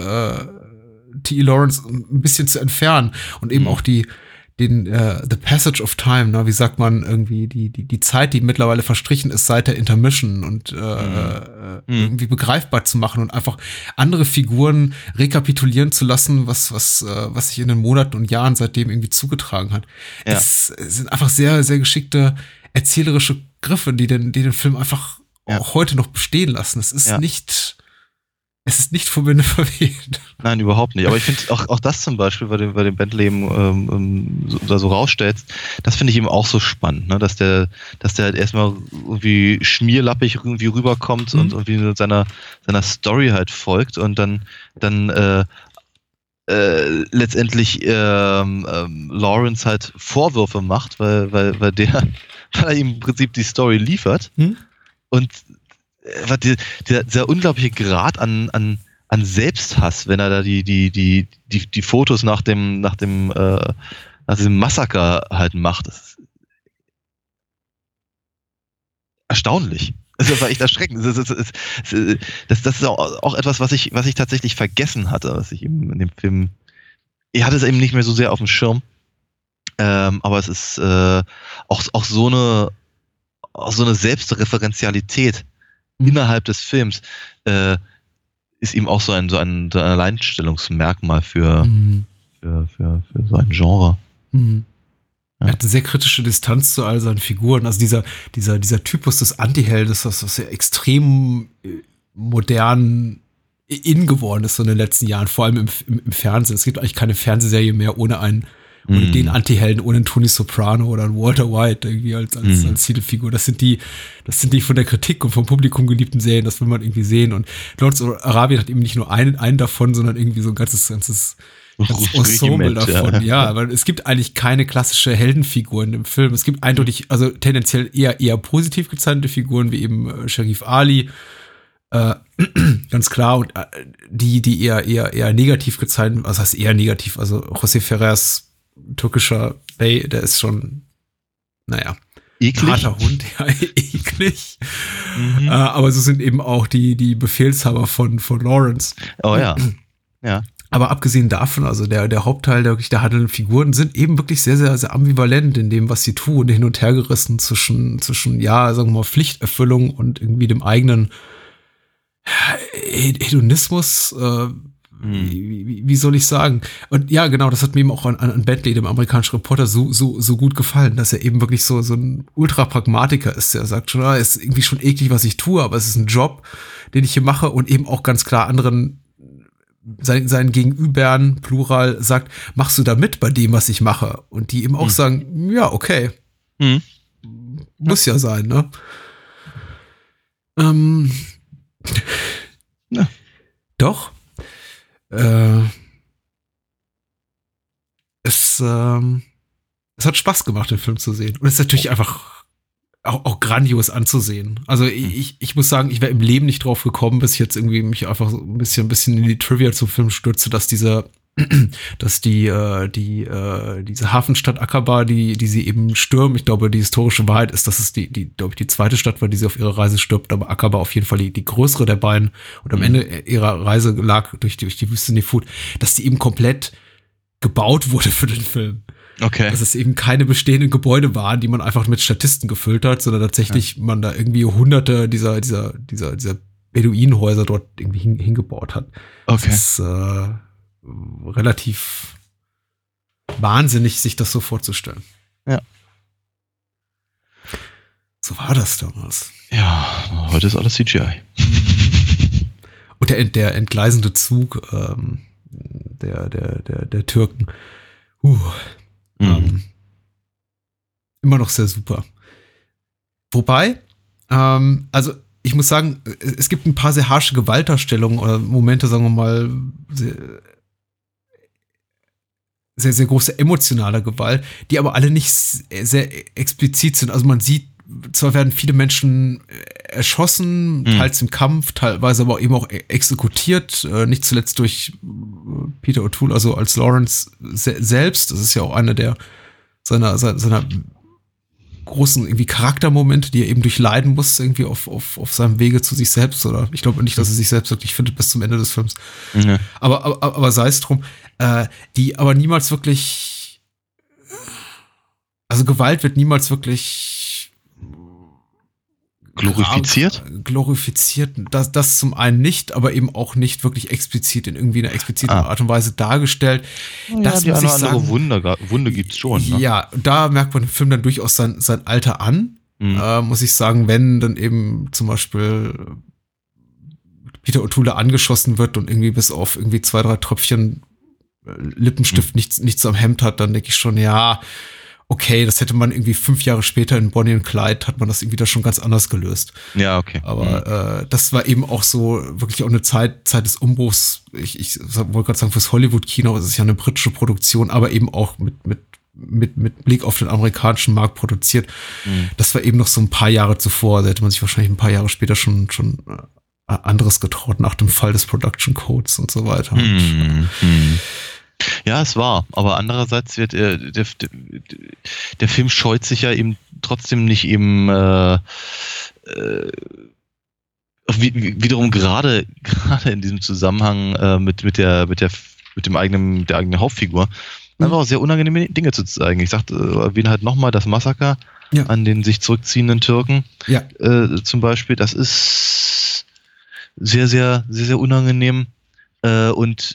T.E. Lawrence ein bisschen zu entfernen und eben auch The Passage of Time, ne, wie sagt man irgendwie, die Zeit, die mittlerweile verstrichen ist seit der Intermission und irgendwie begreifbar zu machen und einfach andere Figuren rekapitulieren zu lassen, was sich in den Monaten und Jahren seitdem irgendwie zugetragen hat. Ja. Es sind einfach sehr, sehr geschickte erzählerische Griffe, die den Film einfach auch heute noch bestehen lassen. Es ist nicht vom Winde verweht. Nein, überhaupt nicht. Aber ich finde auch das zum Beispiel, bei dem Bentley so rausstellst, das finde ich eben auch so spannend, ne? Dass der halt erstmal irgendwie schmierlappig irgendwie rüberkommt und irgendwie seiner Story halt folgt und dann letztendlich Lawrence halt Vorwürfe macht, weil er ihm im Prinzip die Story liefert und dieser unglaubliche Grad an Selbsthass, wenn er da die Fotos nach diesem Massaker halt macht, das ist erstaunlich. Das war echt erschreckend. Das ist auch etwas, was ich tatsächlich vergessen hatte, was ich eben in dem Film, ich hatte es eben nicht mehr so sehr auf dem Schirm, aber es ist auch so eine Selbstreferenzialität innerhalb des Films ist ihm auch so ein Alleinstellungsmerkmal für so ein Genre. Er hat eine sehr kritische Distanz zu all seinen Figuren. Also dieser Typus des Antiheldes, was ja extrem modern in geworden ist so in den letzten Jahren, vor allem im Fernsehen. Es gibt eigentlich keine Fernsehserie mehr ohne den Anti-Helden, ohne einen Tony Soprano oder einen Walter White irgendwie als Titelfigur. Das sind die von der Kritik und vom Publikum geliebten Serien, das will man irgendwie sehen. Und Lords of Arabien hat eben nicht nur einen davon, sondern irgendwie so ein ganzes Ensemble davon. Ja, aber es gibt eigentlich keine klassische Heldenfigur in dem Film. Es gibt eindeutig, also tendenziell eher positiv gezeichnete Figuren, wie eben Sharif Ali, ganz klar, und die eher negativ gezeichnet, was heißt eher negativ, also José Ferrers türkischer Bey, der ist schon, naja, eklig. Harter Hund, ja, eklig. Aber so sind eben auch die Befehlshaber von Lawrence. Oh ja. Ja. Aber abgesehen davon, also der Hauptteil der handelnden Figuren sind eben wirklich sehr, sehr, sehr ambivalent in dem, was sie tun, hin und her gerissen zwischen, ja, sagen wir mal, Pflichterfüllung und irgendwie dem eigenen Hedonismus, wie soll ich sagen? Und ja, genau, das hat mir eben auch an Bentley, dem amerikanischen Reporter, so gut gefallen, dass er eben wirklich so ein Ultra-Pragmatiker ist. Der sagt schon, ist irgendwie schon eklig, was ich tue, aber es ist ein Job, den ich hier mache, und eben auch ganz klar anderen, seinen Gegenübern, Plural, sagt, machst du da mit bei dem, was ich mache? Und die eben auch sagen, ja, okay. Muss ja sein, ne? Ja. Doch. Es hat Spaß gemacht, den Film zu sehen. Und es ist natürlich einfach auch grandios anzusehen. Also ich muss sagen, ich wäre im Leben nicht drauf gekommen, bis ich jetzt irgendwie mich einfach so ein bisschen in die Trivia zum Film stürze, dass diese Hafenstadt Aqaba, die sie eben stürmen, ich glaube, die historische Wahrheit ist, dass es glaube ich, die zweite Stadt war, die sie auf ihrer Reise stirbt, aber Aqaba auf jeden Fall die größere der beiden, und am Ende ihrer Reise lag durch die Wüste Nefut, dass die eben komplett gebaut wurde für den Film. Okay. Dass es eben keine bestehenden Gebäude waren, die man einfach mit Statisten gefüllt hat, sondern tatsächlich man da irgendwie hunderte dieser Beduinenhäuser dort irgendwie hingebaut hat. Okay. Das ist relativ wahnsinnig, sich das so vorzustellen. Ja. So war das damals. Ja, heute ist alles CGI. Und der entgleisende Zug der Türken. Immer noch sehr super. Wobei, also ich muss sagen, es gibt ein paar sehr harsche Gewaltdarstellungen oder Momente, sagen wir mal, sehr, sehr große emotionale Gewalt, die aber alle nicht sehr explizit sind. Also man sieht, zwar werden viele Menschen erschossen, teils im Kampf, teilweise aber eben auch exekutiert, nicht zuletzt durch Peter O'Toole, also als Lawrence selbst. Das ist ja auch einer seiner großen irgendwie Charaktermomente, die er eben durchleiden muss, irgendwie auf seinem Wege zu sich selbst, oder ich glaube nicht, dass er sich selbst wirklich findet bis zum Ende des Films. Mhm. Aber sei es drum, die aber niemals wirklich, also Gewalt wird niemals wirklich glorifiziert, das zum einen nicht, aber eben auch nicht wirklich explizit in irgendwie einer expliziten Art und Weise dargestellt. Ja, das die muss ich sagen, Wunde gibt's schon. Ne? Ja, da merkt man im Film dann durchaus sein Alter an, muss ich sagen, wenn dann eben zum Beispiel Peter O'Toole angeschossen wird und irgendwie bis auf irgendwie 2-3 Tröpfchen Lippenstift nichts am Hemd hat, dann denke ich schon, ja, okay, das hätte man irgendwie 5 Jahre später in Bonnie und Clyde, hat man das irgendwie da schon ganz anders gelöst. Ja, okay. Aber das war eben auch so wirklich auch eine Zeit des Umbruchs. Ich wollte gerade sagen, fürs Hollywood-Kino, es ist ja eine britische Produktion, aber eben auch mit Blick auf den amerikanischen Markt produziert. Das war eben noch so ein paar Jahre zuvor. Da hätte man sich wahrscheinlich ein paar Jahre später schon anderes getraut, nach dem Fall des Production Codes und so weiter. Ja, es war, aber andererseits wird der Film scheut sich ja eben trotzdem nicht eben wiederum gerade in diesem Zusammenhang mit der eigenen Hauptfigur einfach auch sehr unangenehme Dinge zu zeigen. Ich erwähne halt nochmal das Massaker an den sich zurückziehenden Türken zum Beispiel. Das ist sehr, sehr, sehr, sehr unangenehm und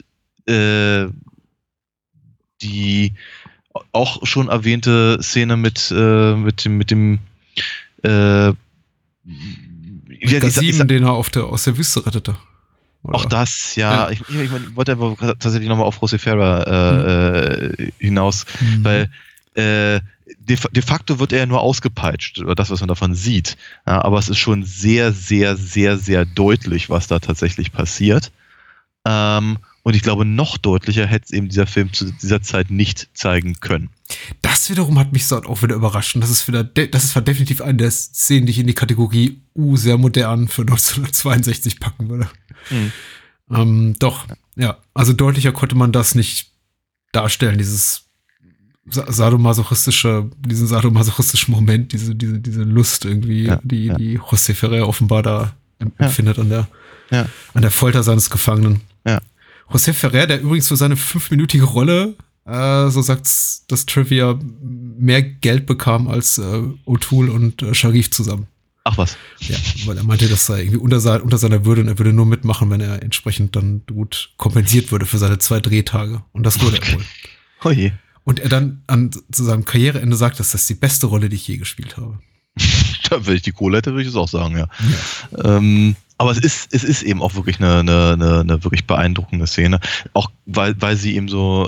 die auch schon erwähnte Szene mit dem Qasim, den er aus der Wüste rettete. Oder? Auch das, ja. Ich wollte aber tatsächlich nochmal auf José Ferrer hinaus, weil de facto wird er ja nur ausgepeitscht, oder das, was man davon sieht. Ja, aber es ist schon sehr, sehr, sehr, sehr deutlich, was da tatsächlich passiert. Und ich glaube, noch deutlicher hätte es eben dieser Film zu dieser Zeit nicht zeigen können. Das wiederum hat mich so auch wieder überrascht. Und das war definitiv eine der Szenen, die ich in die Kategorie sehr modern für 1962 packen würde. Doch, ja. Also deutlicher konnte man das nicht darstellen, diesen sadomasochistischen Moment, diese Lust irgendwie, die José Ferrer offenbar da empfindet an der Folter seines Gefangenen. Ja. José Ferrer, der übrigens für seine 5-minütige Rolle, so sagt's das Trivia, mehr Geld bekam als O'Toole und Sharif zusammen. Ach was. Ja, weil er meinte, das sei irgendwie unter seiner Würde und er würde nur mitmachen, wenn er entsprechend dann gut kompensiert würde für seine 2 Drehtage. Und das wurde er wohl. Oh je. Und er dann zu seinem Karriereende sagt, dass das die beste Rolle, die ich je gespielt habe. Da, wenn ich die Kohle hätte, würde ich es auch sagen, ja. Aber es ist eben auch wirklich eine wirklich beeindruckende Szene. Auch weil sie eben so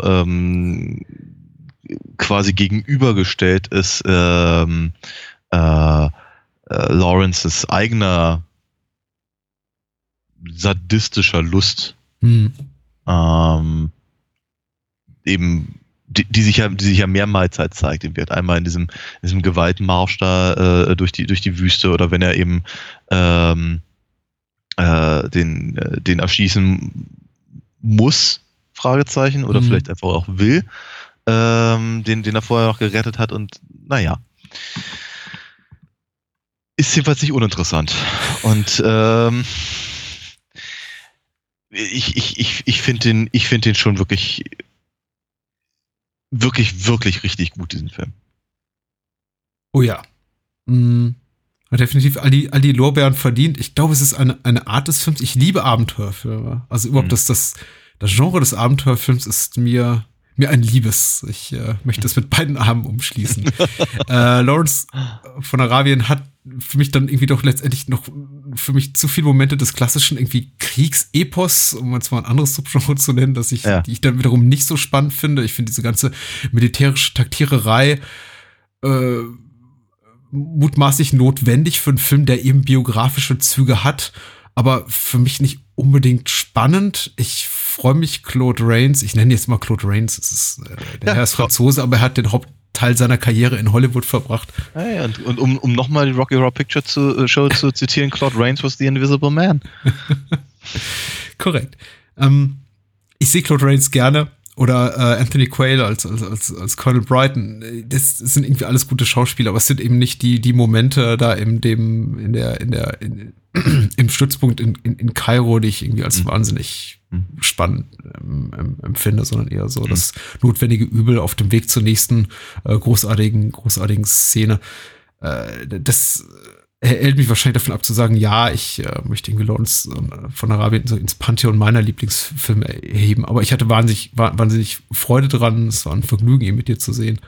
quasi gegenübergestellt ist Lawrences eigener sadistischer Lust. Eben die sich ja mehrmals halt zeigt. Die wird einmal in diesem Gewaltmarsch da durch die Wüste, oder wenn er eben den erschießen muss, Fragezeichen, oder vielleicht einfach auch will, den er vorher noch gerettet hat, und naja. Ist jedenfalls nicht uninteressant. Und ich finde den schon wirklich richtig gut, diesen Film. Oh ja. Hat definitiv all die Lorbeeren verdient. Ich glaube, es ist eine Art des Films. Ich liebe Abenteuerfilme. Also überhaupt das Genre des Abenteuerfilms ist mir ein Liebes. Ich möchte es mit beiden Armen umschließen. Lawrence von Arabien hat für mich dann irgendwie doch letztendlich noch für mich zu viele Momente des klassischen irgendwie Kriegsepos, um jetzt mal ein anderes Subgenre zu nennen, die ich dann wiederum nicht so spannend finde. Ich finde diese ganze militärische Taktiererei mutmaßlich notwendig für einen Film, der eben biografische Züge hat, aber für mich nicht unbedingt spannend. Ich freue mich, Claude Rains, ich nenne jetzt mal Claude Rains, der Herr ist Franzose, aber er hat den Hauptteil seiner Karriere in Hollywood verbracht. Ja, und um nochmal die Rocky Horror Picture Show zu zitieren, Claude Rains was the Invisible Man. Korrekt. Ich sehe Claude Rains gerne. Oder Anthony Quayle als Colonel Brighton. Das sind irgendwie alles gute Schauspieler, aber es sind eben nicht die Momente da im Stützpunkt in Kairo, die ich irgendwie als wahnsinnig spannend empfinde, sondern eher so das notwendige Übel auf dem Weg zur nächsten großartigen Szene. Das hält mich wahrscheinlich davon ab zu sagen, ja, ich möchte irgendwie Lawrence von Arabien so ins Pantheon meiner Lieblingsfilme erheben, aber ich hatte wahnsinnig Freude dran, es war ein Vergnügen, ihn mit dir zu sehen.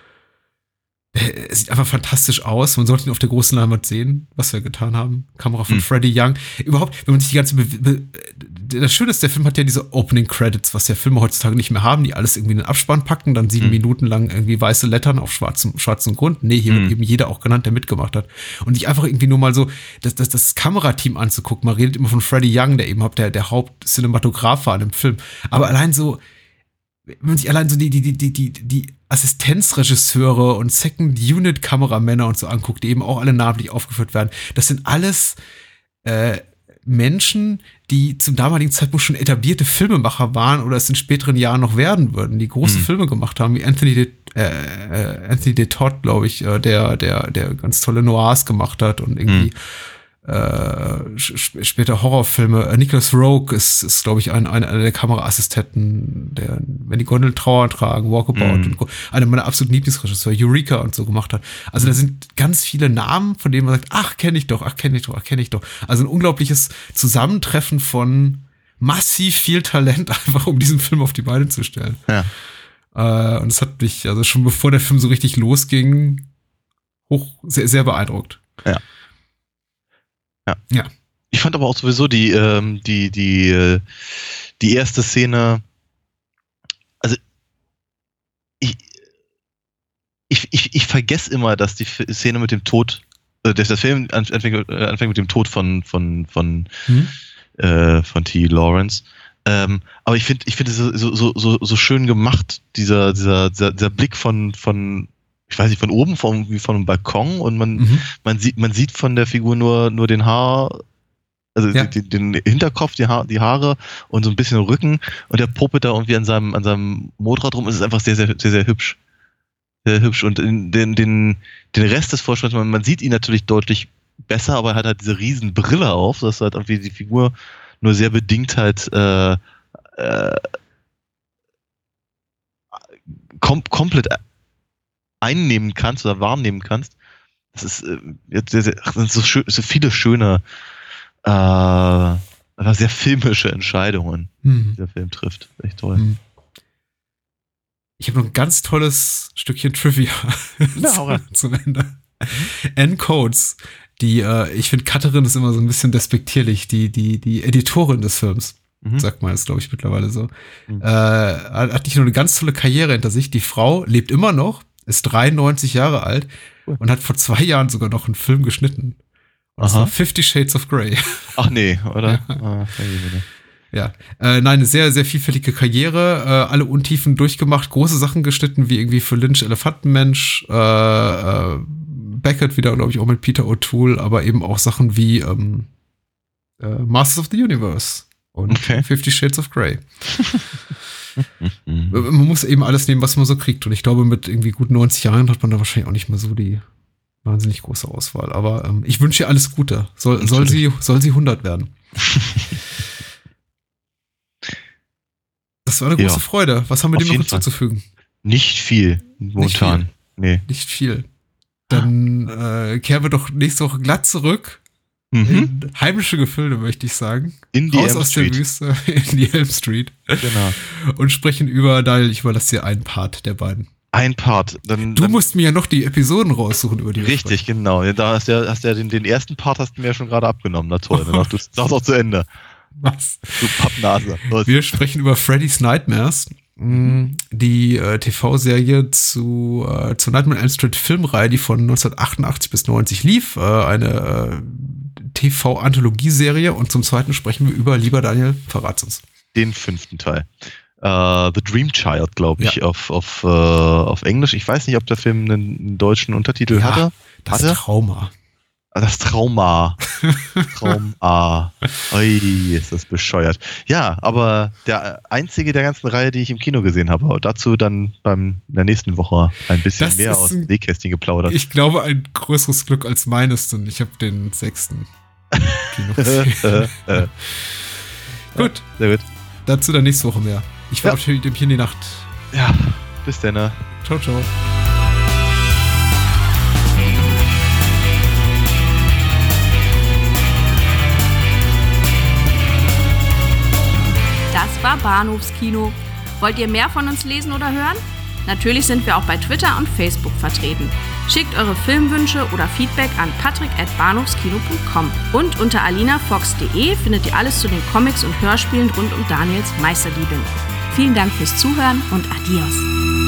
Es sieht einfach fantastisch aus. Man sollte ihn auf der großen Leinwand sehen, was wir getan haben. Kamera von Freddie Young. Überhaupt, wenn man sich die ganze das Schöne ist, der Film hat ja diese Opening Credits, was ja Filme heutzutage nicht mehr haben, die alles irgendwie in den Abspann packen, dann 7 Minuten lang irgendwie weiße Lettern auf schwarzem Grund. Nee, hier wird eben jeder auch genannt, der mitgemacht hat. Und sich einfach irgendwie nur mal so das Kamerateam anzugucken. Man redet immer von Freddie Young, der eben der Hauptcinematograph war an dem Film. Aber allein so, wenn man sich allein so die Assistenzregisseure und Second-Unit-Kameramänner und so anguckt, die eben auch alle namentlich aufgeführt werden, das sind alles Menschen, die zum damaligen Zeitpunkt schon etablierte Filmemacher waren oder es in späteren Jahren noch werden würden, die große Filme gemacht haben, wie Anthony de Todd, glaube ich, der ganz tolle Noirs gemacht hat und irgendwie später Horrorfilme. Nicholas Rogue ist glaube ich, einer der Kameraassistenten, der, wenn die Gondeln Trauer tragen, Walkabout und einer meiner absoluten Lieblingsregisseure, Eureka und so gemacht hat. Also da sind ganz viele Namen, von denen man sagt, ach, kenne ich doch. Also ein unglaubliches Zusammentreffen von massiv viel Talent, einfach um diesen Film auf die Beine zu stellen. Ja. Und das hat mich, also schon bevor der Film so richtig losging, sehr, sehr beeindruckt. Ja. Ich fand aber auch sowieso die erste Szene, also ich vergesse immer, dass die Szene mit dem Tod, dass der Film anfängt mit dem Tod von T. Lawrence. Aber ich finde es so schön gemacht, dieser Blick von ich weiß nicht, von oben, wie von einem Balkon, und man sieht von der Figur nur den also den Hinterkopf, die Haare und so ein bisschen Rücken, und der popelt da irgendwie an seinem Motorrad rum. Es ist einfach sehr, sehr, sehr, sehr hübsch. Sehr hübsch. Und den Rest des Vorspanns, man sieht ihn natürlich deutlich besser, aber er hat halt diese riesen Brille auf, dass halt irgendwie die Figur nur sehr bedingt halt komplett einnehmen kannst oder wahrnehmen kannst. Das ist jetzt sind so viele schöne, aber sehr filmische Entscheidungen, die der Film trifft. Echt toll. Ich habe noch ein ganz tolles Stückchen Trivia zum Ende. Anne Coates, ich finde, Cutterin ist immer so ein bisschen despektierlich, die Editorin des Films, sagt man jetzt, glaube ich, mittlerweile so. Hat nicht nur eine ganz tolle Karriere hinter sich, die Frau lebt immer noch, ist 93 Jahre alt und hat vor 2 Jahren sogar noch einen Film geschnitten. Und das war 50 Shades of Grey. Ach nee, oder? Ja, nein, eine sehr, sehr vielfältige Karriere, alle Untiefen durchgemacht, große Sachen geschnitten, wie irgendwie für Lynch Elefantenmensch, Beckett wieder, glaube ich, auch mit Peter O'Toole, aber eben auch Sachen wie Masters of the Universe und 50 Shades of Grey. Man muss eben alles nehmen, was man so kriegt, und ich glaube, mit irgendwie gut 90 Jahren hat man da wahrscheinlich auch nicht mehr so die wahnsinnig große Auswahl, aber ich wünsche ihr alles Gute. Soll sie 100 werden. Das war eine große Freude. Was haben wir dem noch hinzuzufügen? Nicht viel momentan. Nicht viel. Dann kehren wir doch nächste Woche glatt zurück in heimische Gefilde, möchte ich sagen. In die Raus aus der Wüste, in die Elm Street. Genau. Und sprechen über, Daniel, ich überlasse dir einen Part der beiden. Ein Part. Du musst mir ja noch die Episoden raussuchen, über die wir sprechen. Richtig, genau. Da hast du den ersten Part hast du mir ja schon gerade abgenommen. Na toll, dann du sagst auch zu Ende. Was? Du Pappnase. Los. Wir sprechen über Freddy's Nightmares, die TV-Serie zur Nightmare on Elm Street Filmreihe, die von 1988 bis 90 lief. Eine TV-Anthologieserie, und zum zweiten sprechen wir über, lieber Daniel, verrat's uns. Den 5. Teil. The Dream Child, glaube ich, auf Englisch. Ich weiß nicht, ob der Film einen deutschen Untertitel hatte. Das Trauma. Das Trauma. Ui, ist das bescheuert. Ja, aber der einzige der ganzen Reihe, die ich im Kino gesehen habe. Aber dazu dann in der nächsten Woche ein bisschen mehr aus dem Nähkästchen geplaudert. Ich glaube, ein größeres Glück als meines, denn ich habe den 6. Kino gesehen. Gut. Sehr gut. Dazu dann nächste Woche mehr. Ich verabschiede mich in die Nacht. Ja, bis dann. Ciao, ciao. Das war Bahnhofskino. Wollt ihr mehr von uns lesen oder hören? Natürlich sind wir auch bei Twitter und Facebook vertreten. Schickt eure Filmwünsche oder Feedback an patrick@bahnhofskino.com. Und unter alinafox.de findet ihr alles zu den Comics und Hörspielen rund um Daniels Meisterliebe. Vielen Dank fürs Zuhören und adios.